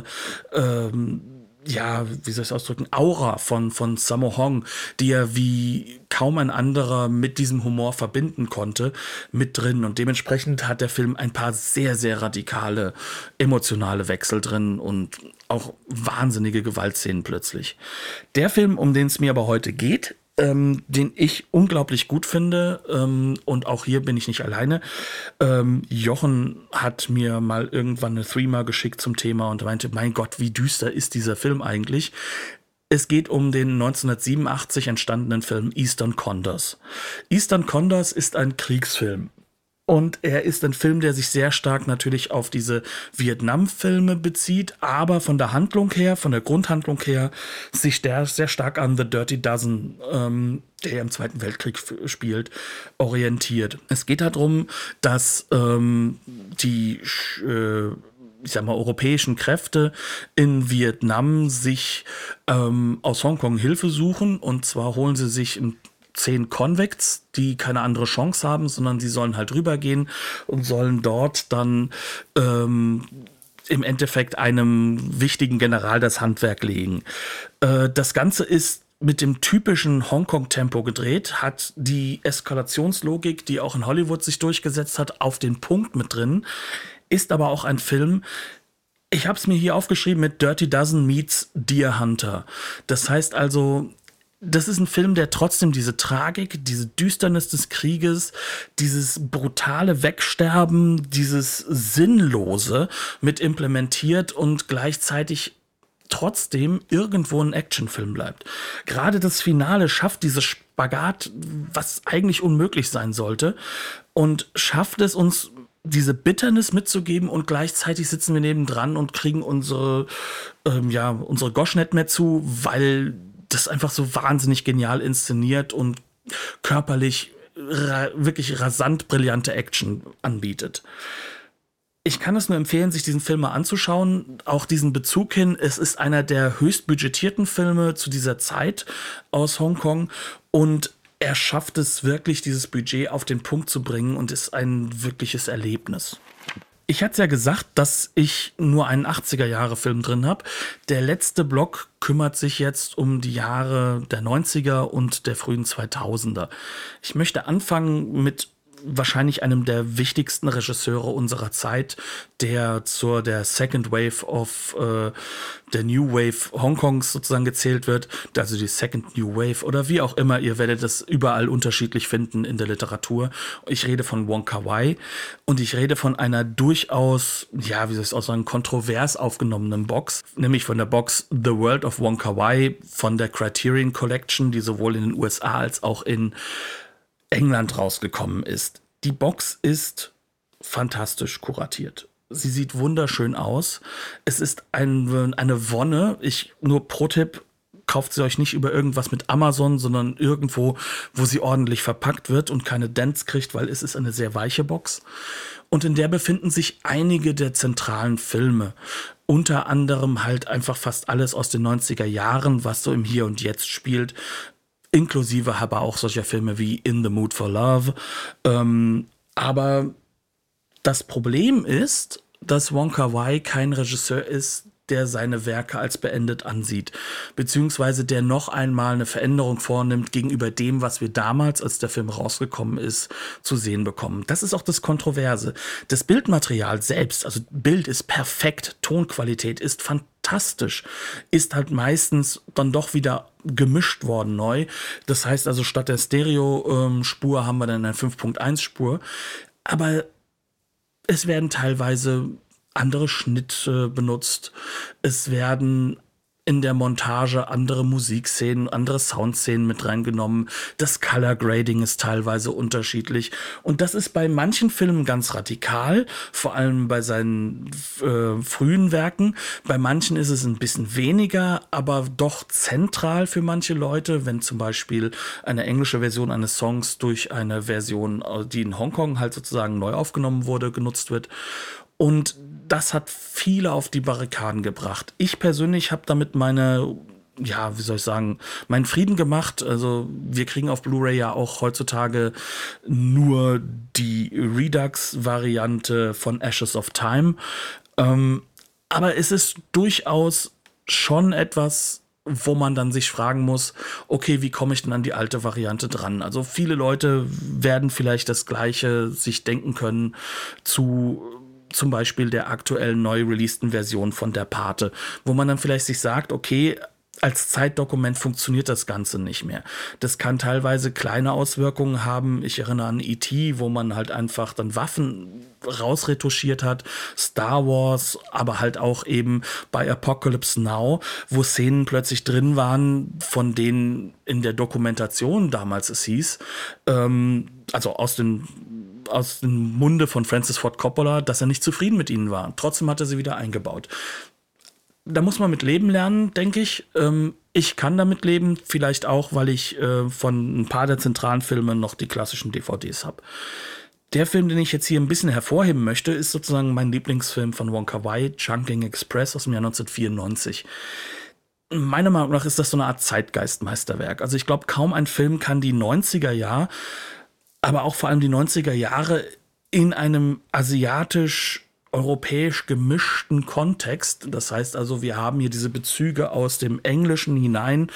wie soll ich es ausdrücken, Aura von Sammo Hung, die er wie kaum ein anderer mit diesem Humor verbinden konnte, mit drin. Und dementsprechend hat der Film ein paar sehr, sehr radikale, emotionale Wechsel drin und auch wahnsinnige Gewaltszenen plötzlich. Der Film, um den es mir aber heute geht, den ich unglaublich gut finde, und auch hier bin ich nicht alleine. Jochen hat mir mal irgendwann eine Threema geschickt zum Thema und meinte, mein Gott, wie düster ist dieser Film eigentlich? Es geht um den 1987 entstandenen Film Eastern Condors. Eastern Condors ist ein Kriegsfilm. Und er ist ein Film, der sich sehr stark natürlich auf diese Vietnam-Filme bezieht, aber von der Handlung her, von der Grundhandlung her, sich der sehr stark an The Dirty Dozen, der im Zweiten Weltkrieg spielt, orientiert. Es geht darum, dass die europäischen Kräfte in Vietnam sich aus Hongkong Hilfe suchen, und zwar holen sie sich 10 Convicts, die keine andere Chance haben, sondern sie sollen halt rübergehen und sollen dort dann im Endeffekt einem wichtigen General das Handwerk legen. Das Ganze ist mit dem typischen Hongkong-Tempo gedreht, hat die Eskalationslogik, die auch in Hollywood sich durchgesetzt hat, auf den Punkt mit drin, ist aber auch ein Film, ich habe es mir hier aufgeschrieben, mit Dirty Dozen meets Deer Hunter. Das heißt also, das ist ein Film, der trotzdem diese Tragik, diese Düsternis des Krieges, dieses brutale Wegsterben, dieses Sinnlose mit implementiert und gleichzeitig trotzdem irgendwo ein Actionfilm bleibt. Gerade das Finale schafft dieses Spagat, was eigentlich unmöglich sein sollte, und schafft es uns, diese Bitternis mitzugeben, und gleichzeitig sitzen wir nebendran und kriegen unsere Gosch nicht mehr zu, weil das einfach so wahnsinnig genial inszeniert und körperlich wirklich rasant brillante Action anbietet. Ich kann es nur empfehlen, sich diesen Film mal anzuschauen, auch diesen Bezug hin. Es ist einer der höchst budgetierten Filme zu dieser Zeit aus Hongkong, und er schafft es wirklich, dieses Budget auf den Punkt zu bringen, und ist ein wirkliches Erlebnis. Ich hatte ja gesagt, dass ich nur einen 80er-Jahre-Film drin habe. Der letzte Block kümmert sich jetzt um die Jahre der 90er und der frühen 2000er. Ich möchte anfangen mit wahrscheinlich einem der wichtigsten Regisseure unserer Zeit, der zur der Second Wave of der New Wave Hongkongs sozusagen gezählt wird, also die Second New Wave oder wie auch immer, ihr werdet das überall unterschiedlich finden in der Literatur. Ich rede von Wong Kar-wai, und ich rede von einer durchaus, wie soll ich es auch sagen, kontrovers aufgenommenen Box, nämlich von der Box The World of Wong Kar-wai von der Criterion Collection, die sowohl in den USA als auch in England rausgekommen ist. Die Box ist fantastisch kuratiert. Sie sieht wunderschön aus. Es ist eine Wonne. Nur Pro-Tipp, kauft sie euch nicht über irgendwas mit Amazon, sondern irgendwo, wo sie ordentlich verpackt wird und keine Dents kriegt, weil es ist eine sehr weiche Box. Und in der befinden sich einige der zentralen Filme. Unter anderem halt einfach fast alles aus den 90er Jahren, was so im Hier und Jetzt spielt. Inklusive aber auch solcher Filme wie In the Mood for Love. Aber das Problem ist, dass Wong Kar-wai kein Regisseur ist, der seine Werke als beendet ansieht, beziehungsweise der noch einmal eine Veränderung vornimmt gegenüber dem, was wir damals, als der Film rausgekommen ist, zu sehen bekommen. Das ist auch das Kontroverse. Das Bildmaterial selbst, also Bild ist perfekt, Tonqualität ist fantastisch, ist halt meistens dann doch wieder gemischt worden neu. Das heißt also, statt der Stereo-Spur haben wir dann eine 5.1-Spur. Aber es werden teilweise andere Schnitte benutzt. Es werden in der Montage andere Musikszenen, andere Soundszenen mit reingenommen. Das Color Grading ist teilweise unterschiedlich. Und das ist bei manchen Filmen ganz radikal, vor allem bei seinen frühen Werken. Bei manchen ist es ein bisschen weniger, aber doch zentral für manche Leute, wenn zum Beispiel eine englische Version eines Songs durch eine Version, die in Hongkong halt sozusagen neu aufgenommen wurde, genutzt wird. Und das hat viele auf die Barrikaden gebracht. Ich persönlich habe damit meinen Frieden gemacht. Also wir kriegen auf Blu-ray ja auch heutzutage nur die Redux-Variante von Ashes of Time. Aber es ist durchaus schon etwas, wo man dann sich fragen muss, okay, wie komme ich denn an die alte Variante dran? Also viele Leute werden vielleicht das Gleiche sich denken können zu zum Beispiel der aktuellen neu releaseden Version von Der Pate, wo man dann vielleicht sich sagt, okay, als Zeitdokument funktioniert das Ganze nicht mehr. Das kann teilweise kleine Auswirkungen haben. Ich erinnere an E.T., wo man halt einfach dann Waffen rausretuschiert hat. Star Wars, aber halt auch eben bei Apocalypse Now, wo Szenen plötzlich drin waren, von denen in der Dokumentation damals es hieß, also aus dem Munde von Francis Ford Coppola, dass er nicht zufrieden mit ihnen war. Trotzdem hat er sie wieder eingebaut. Da muss man mit leben lernen, denke ich. Ich kann damit leben, vielleicht auch, weil ich von ein paar der zentralen Filme noch die klassischen DVDs habe. Der Film, den ich jetzt hier ein bisschen hervorheben möchte, ist sozusagen mein Lieblingsfilm von Wong Kar-wai, Chungking Express aus dem Jahr 1994. Meiner Meinung nach ist das so eine Art Zeitgeistmeisterwerk. Also ich glaube, kaum ein Film kann die 90er Jahre, aber auch vor allem die 90er Jahre in einem asiatisch-europäisch gemischten Kontext. Das heißt also, wir haben hier diese Bezüge aus dem Englischen hinein.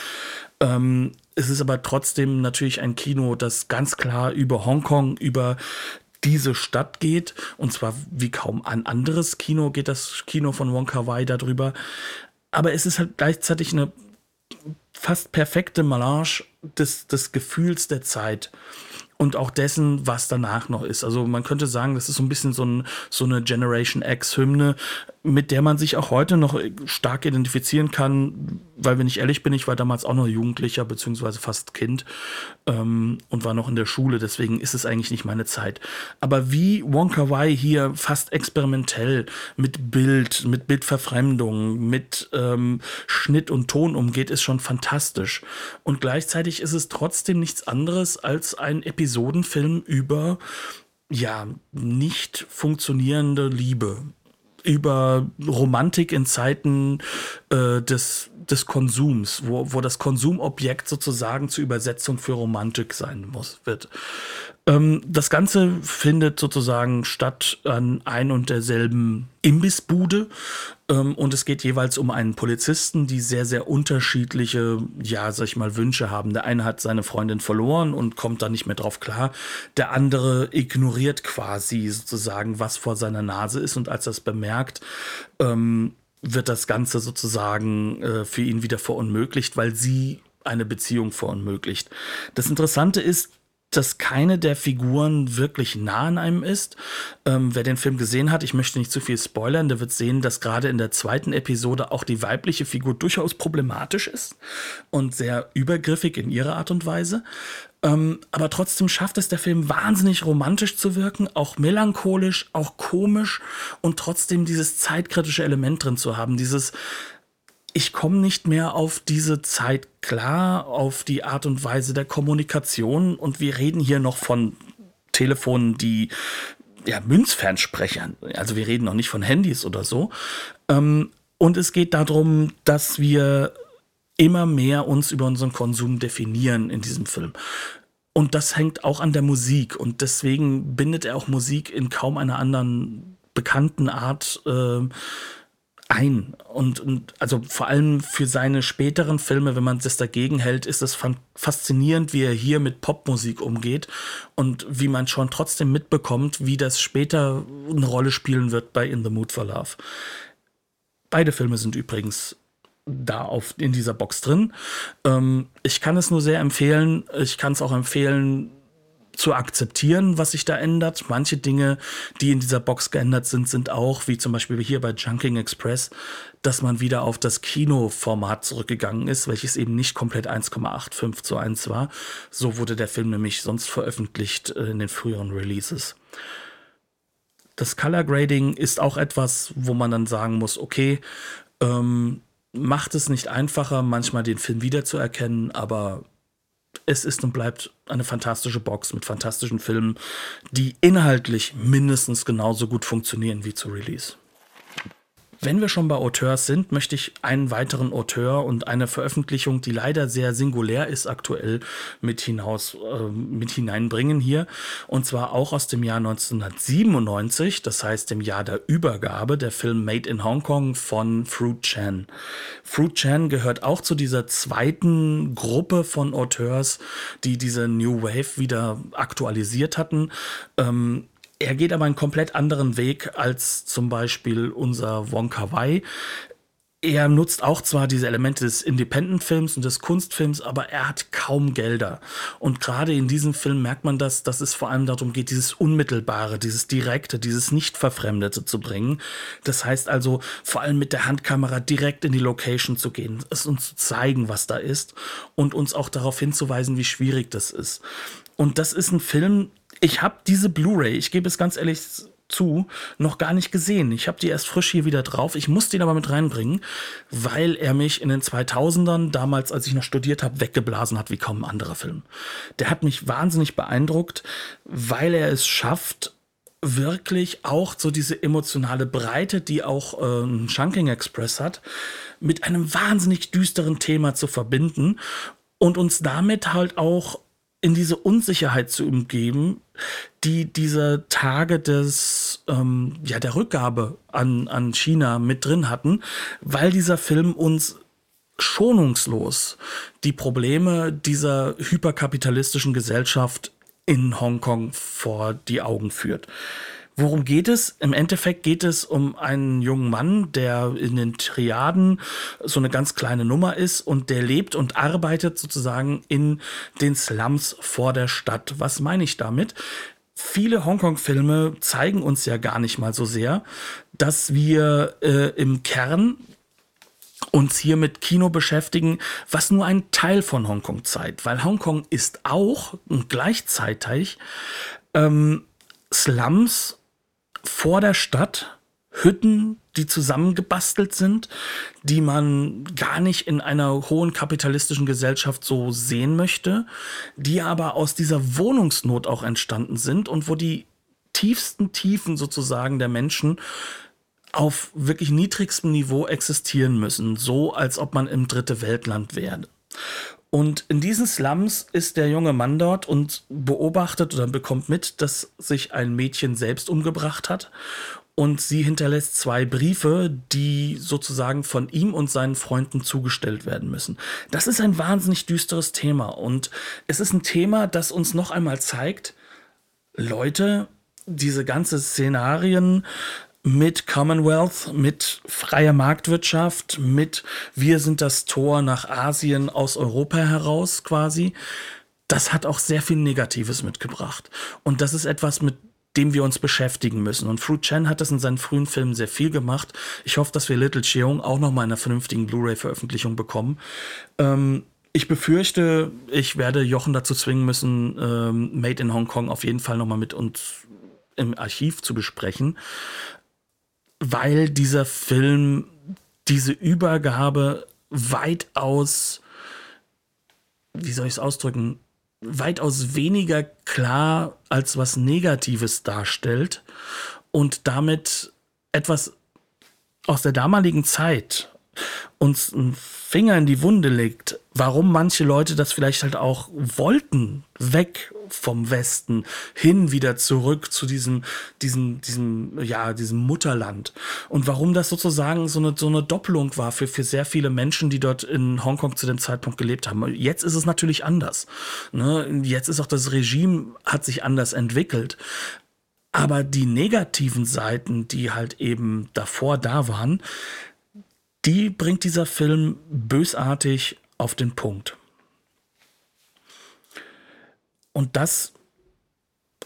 Es ist aber trotzdem natürlich ein Kino, das ganz klar über Hongkong, über diese Stadt geht. Und zwar wie kaum ein anderes Kino geht das Kino von Wong Kar-wai darüber. Aber es ist halt gleichzeitig eine fast perfekte Melange des Gefühls der Zeit und auch dessen, was danach noch ist. Also man könnte sagen, das ist so ein bisschen so eine Generation X-Hymne, mit der man sich auch heute noch stark identifizieren kann, weil, wenn ich ehrlich bin, ich war damals auch noch Jugendlicher, beziehungsweise fast Kind, und war noch in der Schule, deswegen ist es eigentlich nicht meine Zeit. Aber wie Wong Kar-wai hier fast experimentell mit Bildverfremdung, mit Schnitt und Ton umgeht, ist schon fantastisch. Und gleichzeitig ist es trotzdem nichts anderes als ein Episodenfilm über, nicht funktionierende Liebe, über Romantik in Zeiten des Konsums, wo das Konsumobjekt sozusagen zur Übersetzung für Romantik sein wird. Das Ganze findet sozusagen statt an ein und derselben Imbissbude, und es geht jeweils um einen Polizisten, die sehr, sehr unterschiedliche, Wünsche haben. Der eine hat seine Freundin verloren und kommt da nicht mehr drauf klar. Der andere ignoriert quasi sozusagen, was vor seiner Nase ist, und als er es bemerkt, wird das Ganze sozusagen für ihn wieder verunmöglicht, weil sie eine Beziehung verunmöglicht. Das Interessante ist, dass keine der Figuren wirklich nah an einem ist. Wer den Film gesehen hat, ich möchte nicht zu viel spoilern, der wird sehen, dass gerade in der zweiten Episode auch die weibliche Figur durchaus problematisch ist und sehr übergriffig in ihrer Art und Weise. Aber trotzdem schafft es der Film wahnsinnig romantisch zu wirken, auch melancholisch, auch komisch, und trotzdem dieses zeitkritische Element drin zu haben, ich komme nicht mehr auf diese Zeit klar, auf die Art und Weise der Kommunikation, und wir reden hier noch von Telefonen, die Münzfernsprechern, also wir reden noch nicht von Handys oder so. Und es geht darum, dass wir immer mehr uns über unseren Konsum definieren in diesem Film. Und das hängt auch an der Musik, und deswegen bindet er auch Musik in kaum einer anderen bekannten Art ein. Und also vor allem für seine späteren Filme, wenn man das dagegen hält, ist es faszinierend, wie er hier mit Popmusik umgeht und wie man schon trotzdem mitbekommt, wie das später eine Rolle spielen wird bei In the Mood for Love. Beide Filme sind übrigens da in dieser Box drin. Ich kann es nur sehr empfehlen. Ich kann es auch empfehlen, zu akzeptieren, was sich da ändert. Manche Dinge, die in dieser Box geändert sind, sind auch, wie zum Beispiel hier bei Chungking Express, dass man wieder auf das Kinoformat zurückgegangen ist, welches eben nicht komplett 1,85:1 war. So wurde der Film nämlich sonst veröffentlicht in den früheren Releases. Das Color Grading ist auch etwas, wo man dann sagen muss, okay, macht es nicht einfacher, manchmal den Film wiederzuerkennen, aber es ist und bleibt eine fantastische Box mit fantastischen Filmen, die inhaltlich mindestens genauso gut funktionieren wie zu Release. Wenn wir schon bei Auteurs sind, möchte ich einen weiteren Auteur und eine Veröffentlichung, die leider sehr singulär ist, aktuell mit hineinbringen hier. Und zwar auch aus dem Jahr 1997, das heißt dem Jahr der Übergabe, der Film Made in Hong Kong von Fruit Chan. Fruit Chan gehört auch zu dieser zweiten Gruppe von Auteurs, die diese New Wave wieder aktualisiert hatten. Er geht aber einen komplett anderen Weg als zum Beispiel unser Wong Kar-wai. Er nutzt auch zwar diese Elemente des Independent-Films und des Kunstfilms, aber er hat kaum Gelder. Und gerade in diesem Film merkt man dass es vor allem darum geht, dieses Unmittelbare, dieses Direkte, dieses Nicht-Verfremdete zu bringen. Das heißt also, vor allem mit der Handkamera direkt in die Location zu gehen, es uns zu zeigen, was da ist und uns auch darauf hinzuweisen, wie schwierig das ist. Und das ist ein Film, ich habe diese Blu-ray, ich gebe es ganz ehrlich zu, noch gar nicht gesehen. Ich habe die erst frisch hier wieder drauf. Ich musste ihn aber mit reinbringen, weil er mich in den 2000ern, damals, als ich noch studiert habe, weggeblasen hat wie kaum ein anderer Film. Der hat mich wahnsinnig beeindruckt, weil er es schafft, wirklich auch so diese emotionale Breite, die auch Chungking Express hat, mit einem wahnsinnig düsteren Thema zu verbinden und uns damit halt auch in diese Unsicherheit zu umgeben, die diese Tage der Rückgabe an China mit drin hatten, weil dieser Film uns schonungslos die Probleme dieser hyperkapitalistischen Gesellschaft in Hongkong vor die Augen führt. Worum geht es? Im Endeffekt geht es um einen jungen Mann, der in den Triaden so eine ganz kleine Nummer ist und der lebt und arbeitet sozusagen in den Slums vor der Stadt. Was meine ich damit? Viele Hongkong-Filme zeigen uns ja gar nicht mal so sehr, dass wir im Kern uns hier mit Kino beschäftigen, was nur ein Teil von Hongkong zeigt. Weil Hongkong ist auch und gleichzeitig Slums vor der Stadt, Hütten, die zusammengebastelt sind, die man gar nicht in einer hohen kapitalistischen Gesellschaft so sehen möchte, die aber aus dieser Wohnungsnot auch entstanden sind und wo die tiefsten Tiefen sozusagen der Menschen auf wirklich niedrigstem Niveau existieren müssen, so als ob man im dritte Weltland wäre. Und in diesen Slums ist der junge Mann dort und beobachtet oder bekommt mit, dass sich ein Mädchen selbst umgebracht hat. Und sie hinterlässt 2 Briefe, die sozusagen von ihm und seinen Freunden zugestellt werden müssen. Das ist ein wahnsinnig düsteres Thema. Und es ist ein Thema, das uns noch einmal zeigt, Leute, diese ganzen Szenarien mit Commonwealth, mit freier Marktwirtschaft, mit wir sind das Tor nach Asien aus Europa heraus quasi, das hat auch sehr viel Negatives mitgebracht. Und das ist etwas, mit dem wir uns beschäftigen müssen. Und Fruit Chan hat das in seinen frühen Filmen sehr viel gemacht. Ich hoffe, dass wir Little Cheung auch noch mal in einer vernünftigen Blu-ray-Veröffentlichung bekommen. Ich befürchte, ich werde Jochen dazu zwingen müssen, Made in Hong Kong auf jeden Fall noch mal mit uns im Archiv zu besprechen, weil dieser Film diese Übergabe weitaus, wie soll ich es ausdrücken, weitaus weniger klar als was Negatives darstellt und damit etwas aus der damaligen Zeit uns einen Finger in die Wunde legt, warum manche Leute das vielleicht halt auch wollten, weg vom Westen, hin wieder zurück zu diesem Mutterland. Und warum das sozusagen so eine Doppelung war für sehr viele Menschen, die dort in Hongkong zu dem Zeitpunkt gelebt haben. Jetzt ist es natürlich anders. Ne? Jetzt ist auch das Regime, hat sich anders entwickelt. Aber die negativen Seiten, die halt eben davor da waren, die bringt dieser Film bösartig auf den Punkt. Und das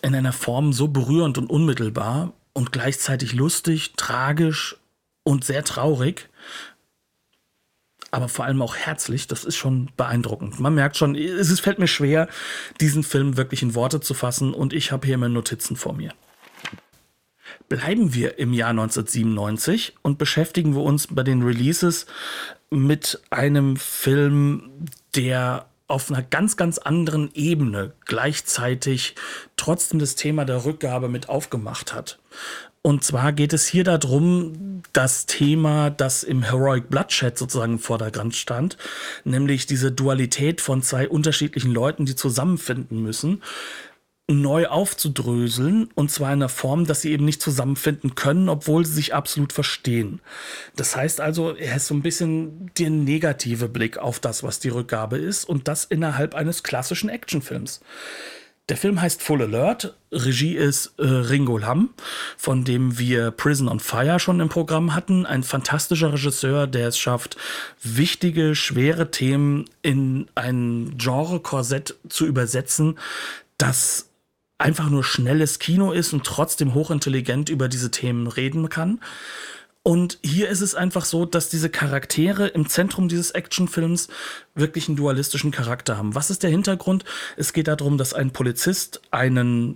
in einer Form so berührend und unmittelbar und gleichzeitig lustig, tragisch und sehr traurig, aber vor allem auch herzlich. Das ist schon beeindruckend. Man merkt schon, es fällt mir schwer, diesen Film wirklich in Worte zu fassen, und ich habe hier meine Notizen vor mir. Bleiben wir im Jahr 1997 und beschäftigen wir uns bei den Releases mit einem Film, der auf einer ganz, ganz anderen Ebene gleichzeitig trotzdem das Thema der Rückgabe mit aufgemacht hat. Und zwar geht es hier darum, das Thema, das im Heroic Bloodshed sozusagen im Vordergrund stand, nämlich diese Dualität von zwei unterschiedlichen Leuten, die zusammenfinden müssen, neu aufzudröseln, und zwar in einer Form, dass sie eben nicht zusammenfinden können, obwohl sie sich absolut verstehen. Das heißt also, er ist so ein bisschen der negative Blick auf das, was die Rückgabe ist, und das innerhalb eines klassischen Actionfilms. Der Film heißt Full Alert, Regie ist Ringo Lam, von dem wir Prison on Fire schon im Programm hatten. Ein fantastischer Regisseur, der es schafft, wichtige, schwere Themen in ein Genre-Korsett zu übersetzen, das einfach nur schnelles Kino ist und trotzdem hochintelligent über diese Themen reden kann. Und hier ist es einfach so, dass diese Charaktere im Zentrum dieses Actionfilms wirklich einen dualistischen Charakter haben. Was ist der Hintergrund? Es geht darum, dass ein Polizist einen,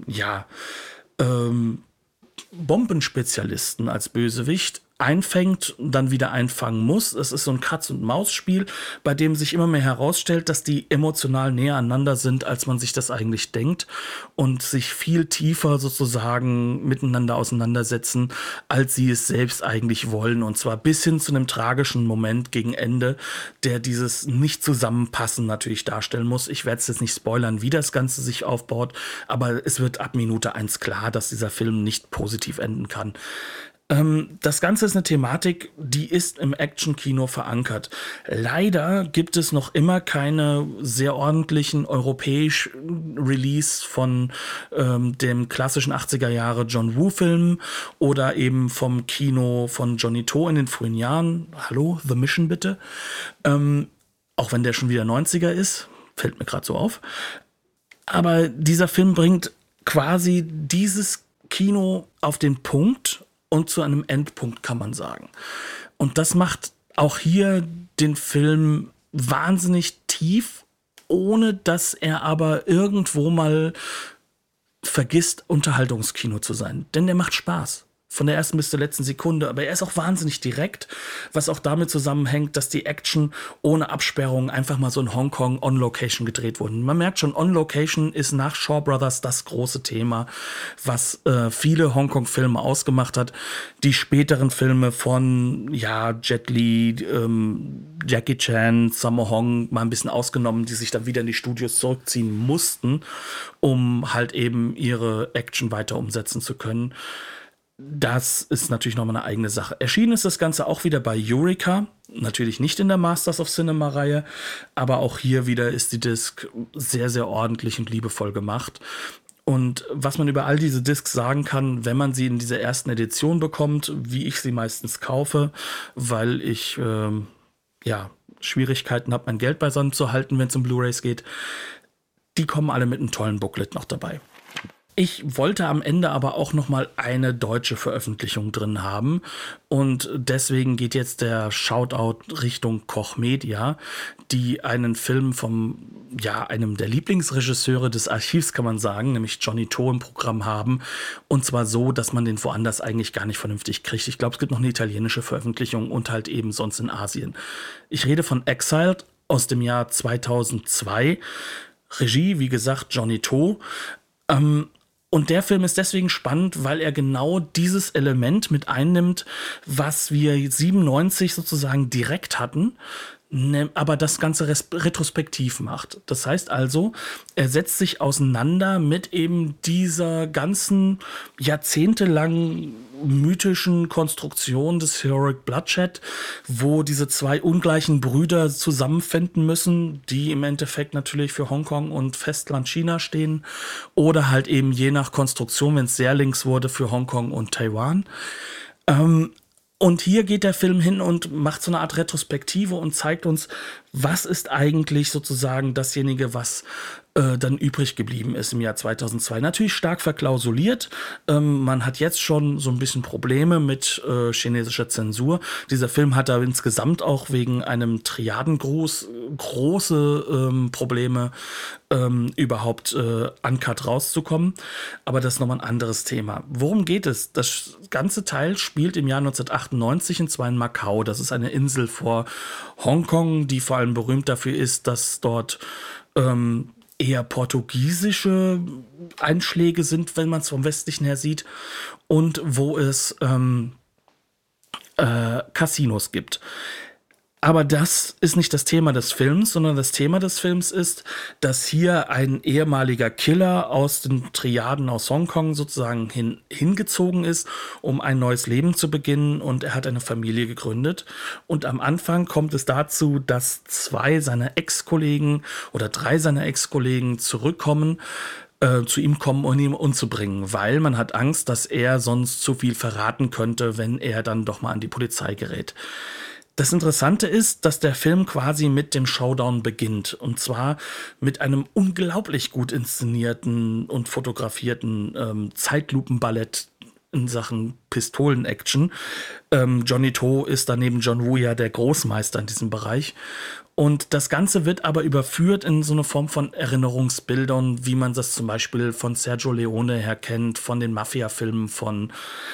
Bombenspezialisten als Bösewicht einfängt und dann wieder einfangen muss. Es ist so ein Katz-und-Maus-Spiel, bei dem sich immer mehr herausstellt, dass die emotional näher aneinander sind, als man sich das eigentlich denkt, und sich viel tiefer sozusagen miteinander auseinandersetzen, als sie es selbst eigentlich wollen. Und zwar bis hin zu einem tragischen Moment gegen Ende, der dieses Nicht-Zusammenpassen natürlich darstellen muss. Ich werde es jetzt nicht spoilern, wie das Ganze sich aufbaut, aber es wird ab Minute 1 klar, dass dieser Film nicht positiv enden kann. Das Ganze ist eine Thematik, die ist im Action-Kino verankert. Leider gibt es noch immer keine sehr ordentlichen europäischen Release von dem klassischen 80er Jahre John Woo-Film oder eben vom Kino von Johnny To in den frühen Jahren. Hallo, The Mission bitte. Auch wenn der schon wieder 90er ist, fällt mir gerade so auf. Aber dieser Film bringt quasi dieses Kino auf den Punkt und zu einem Endpunkt, kann man sagen. Und das macht auch hier den Film wahnsinnig tief, ohne dass er aber irgendwo mal vergisst, Unterhaltungskino zu sein. Denn der macht Spaß. Von der ersten bis zur letzten Sekunde. Aber er ist auch wahnsinnig direkt, was auch damit zusammenhängt, dass die Action ohne Absperrung einfach mal so in Hongkong on-Location gedreht wurde. Man merkt schon, on-Location ist nach Shaw Brothers das große Thema, was viele Hongkong-Filme ausgemacht hat. Die späteren Filme von Jet Li, Jackie Chan, Sammo Hung mal ein bisschen ausgenommen, die sich dann wieder in die Studios zurückziehen mussten, um halt eben ihre Action weiter umsetzen zu können. Das ist natürlich nochmal eine eigene Sache. Erschienen ist das Ganze auch wieder bei Eureka, natürlich nicht in der Masters of Cinema-Reihe, aber auch hier wieder ist die Disc sehr, sehr ordentlich und liebevoll gemacht. Und was man über all diese Discs sagen kann, wenn man sie in dieser ersten Edition bekommt, wie ich sie meistens kaufe, weil ich Schwierigkeiten habe, mein Geld beisammen zu halten, wenn es um Blu-rays geht, die kommen alle mit einem tollen Booklet noch dabei. Ich wollte am Ende aber auch noch mal eine deutsche Veröffentlichung drin haben, und deswegen geht jetzt der Shoutout Richtung Koch Media, die einen Film vom einem der Lieblingsregisseure des Archivs, kann man sagen, nämlich Johnny To im Programm haben, und zwar so, dass man den woanders eigentlich gar nicht vernünftig kriegt. Ich glaube, es gibt noch eine italienische Veröffentlichung und halt eben sonst in Asien. Ich rede von Exiled aus dem Jahr 2002. Regie, wie gesagt, Johnny To. Und der Film ist deswegen spannend, weil er genau dieses Element mit einnimmt, was wir 97 sozusagen direkt hatten, aber das Ganze retrospektiv macht. Das heißt also, er setzt sich auseinander mit eben dieser ganzen jahrzehntelangen mythischen Konstruktion des Heroic Bloodshed, wo diese zwei ungleichen Brüder zusammenfinden müssen, die im Endeffekt natürlich für Hongkong und Festland China stehen, oder halt eben je nach Konstruktion, wenn es sehr links wurde, für Hongkong und Taiwan. Und hier geht der Film hin und macht so eine Art Retrospektive und zeigt uns, was ist eigentlich sozusagen dasjenige, was dann übrig geblieben ist im Jahr 2002. Natürlich stark verklausuliert. Man hat jetzt schon so ein bisschen Probleme mit chinesischer Zensur. Dieser Film hat da insgesamt auch wegen einem Triadengruß große Probleme, überhaupt uncut rauszukommen. Aber das ist nochmal ein anderes Thema. Worum geht es? Das ganze Teil spielt im Jahr 1998 und zwar in Macau. Das ist eine Insel vor Hongkong, die vor allem berühmt dafür ist, dass dort eher portugiesische Einschläge sind, wenn man es vom Westlichen her sieht, und wo es Casinos gibt. Aber das ist nicht das Thema des Films, sondern das Thema des Films ist, dass hier ein ehemaliger Killer aus den Triaden aus Hongkong sozusagen hingezogen ist, um ein neues Leben zu beginnen, und er hat eine Familie gegründet. Und am Anfang kommt es dazu, dass 2 seiner Ex-Kollegen oder 3 seiner Ex-Kollegen zurückkommen, zu ihm kommen, um ihn umzubringen, weil man hat Angst, dass er sonst zu viel verraten könnte, wenn er dann doch mal an die Polizei gerät. Das Interessante ist, dass der Film quasi mit dem Showdown beginnt. Und zwar mit einem unglaublich gut inszenierten und fotografierten Zeitlupenballett in Sachen Pistolen-Action. Johnny To ist daneben John Woo ja der Großmeister in diesem Bereich. Und das Ganze wird aber überführt in so eine Form von Erinnerungsbildern, wie man das zum Beispiel von Sergio Leone her kennt, von den Mafia-Filmen von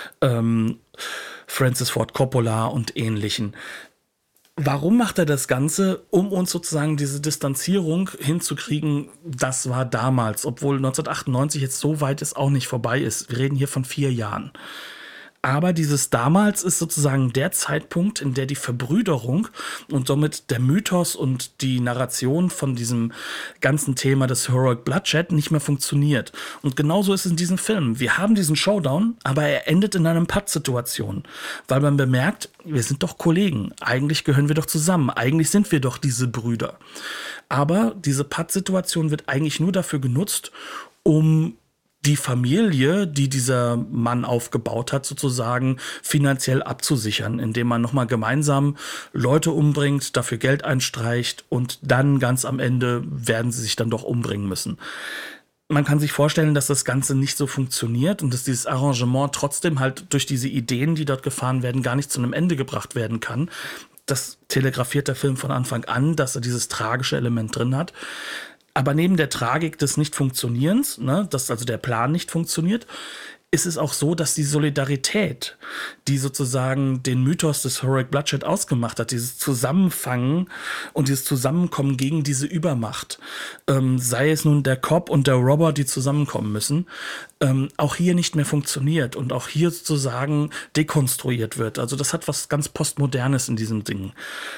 Francis Ford Coppola und ähnlichen. Warum macht er das Ganze? Um uns sozusagen diese Distanzierung hinzukriegen, das war damals, obwohl 1998 jetzt so weit es auch nicht vorbei ist. Wir reden hier von 4 Jahren. Aber dieses damals ist sozusagen der Zeitpunkt, in der die Verbrüderung und somit der Mythos und die Narration von diesem ganzen Thema des Heroic Bloodshed nicht mehr funktioniert. Und genauso ist es in diesem Film. Wir haben diesen Showdown, aber er endet in einer Patt-Situation, weil man bemerkt, wir sind doch Kollegen. Eigentlich gehören wir doch zusammen. Eigentlich sind wir doch diese Brüder. Aber diese Patt-Situation wird eigentlich nur dafür genutzt, um die Familie, die dieser Mann aufgebaut hat, sozusagen finanziell abzusichern, indem man nochmal gemeinsam Leute umbringt, dafür Geld einstreicht und dann ganz am Ende werden sie sich dann doch umbringen müssen. Man kann sich vorstellen, dass das Ganze nicht so funktioniert und dass dieses Arrangement trotzdem halt durch diese Ideen, die dort gefahren werden, gar nicht zu einem Ende gebracht werden kann. Das telegrafiert der Film von Anfang an, dass er dieses tragische Element drin hat. Aber neben der Tragik des Nicht-Funktionierens, ne, dass also der Plan nicht funktioniert, ist es auch so, dass die Solidarität, die sozusagen den Mythos des Heroic Bloodshed ausgemacht hat, dieses Zusammenfangen und dieses Zusammenkommen gegen diese Übermacht, sei es nun der Cop und der Robber, die zusammenkommen müssen, auch hier nicht mehr funktioniert und auch hier sozusagen dekonstruiert wird. Also das hat was ganz Postmodernes in diesem Ding.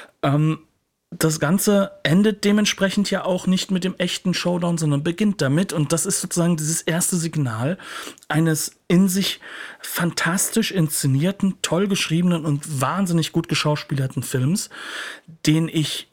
Das Ganze endet dementsprechend ja auch nicht mit dem echten Showdown, sondern beginnt damit. Und das ist sozusagen dieses erste Signal eines in sich fantastisch inszenierten, toll geschriebenen und wahnsinnig gut geschauspielerten Films, den ich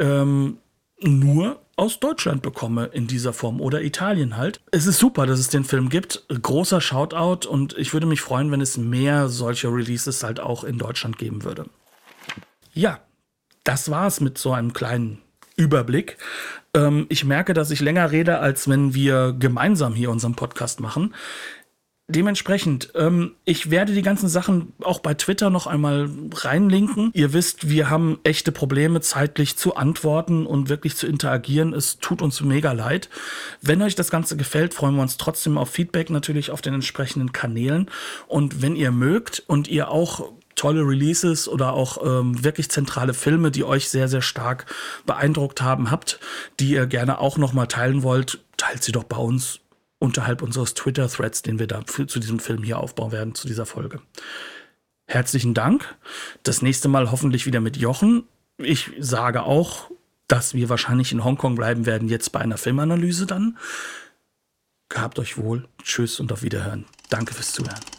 nur aus Deutschland bekomme in dieser Form oder Italien halt. Es ist super, dass es den Film gibt. Großer Shoutout, und ich würde mich freuen, wenn es mehr solcher Releases halt auch in Deutschland geben würde. Ja. Das war's mit so einem kleinen Überblick. Ich merke, dass ich länger rede, als wenn wir gemeinsam hier unseren Podcast machen. Dementsprechend, ich werde die ganzen Sachen auch bei Twitter noch einmal reinlinken. Ihr wisst, wir haben echte Probleme, zeitlich zu antworten und wirklich zu interagieren. Es tut uns mega leid. Wenn euch das Ganze gefällt, freuen wir uns trotzdem auf Feedback, natürlich auf den entsprechenden Kanälen. Und wenn ihr mögt und ihr auch tolle Releases oder auch wirklich zentrale Filme, die euch sehr, sehr stark beeindruckt haben, habt, die ihr gerne auch nochmal teilen wollt, teilt sie doch bei uns unterhalb unseres Twitter-Threads, den wir da zu diesem Film hier aufbauen werden, zu dieser Folge. Herzlichen Dank. Das nächste Mal hoffentlich wieder mit Jochen. Ich sage auch, dass wir wahrscheinlich in Hongkong bleiben werden, jetzt bei einer Filmanalyse dann. Gehabt euch wohl. Tschüss und auf Wiederhören. Danke fürs Zuhören.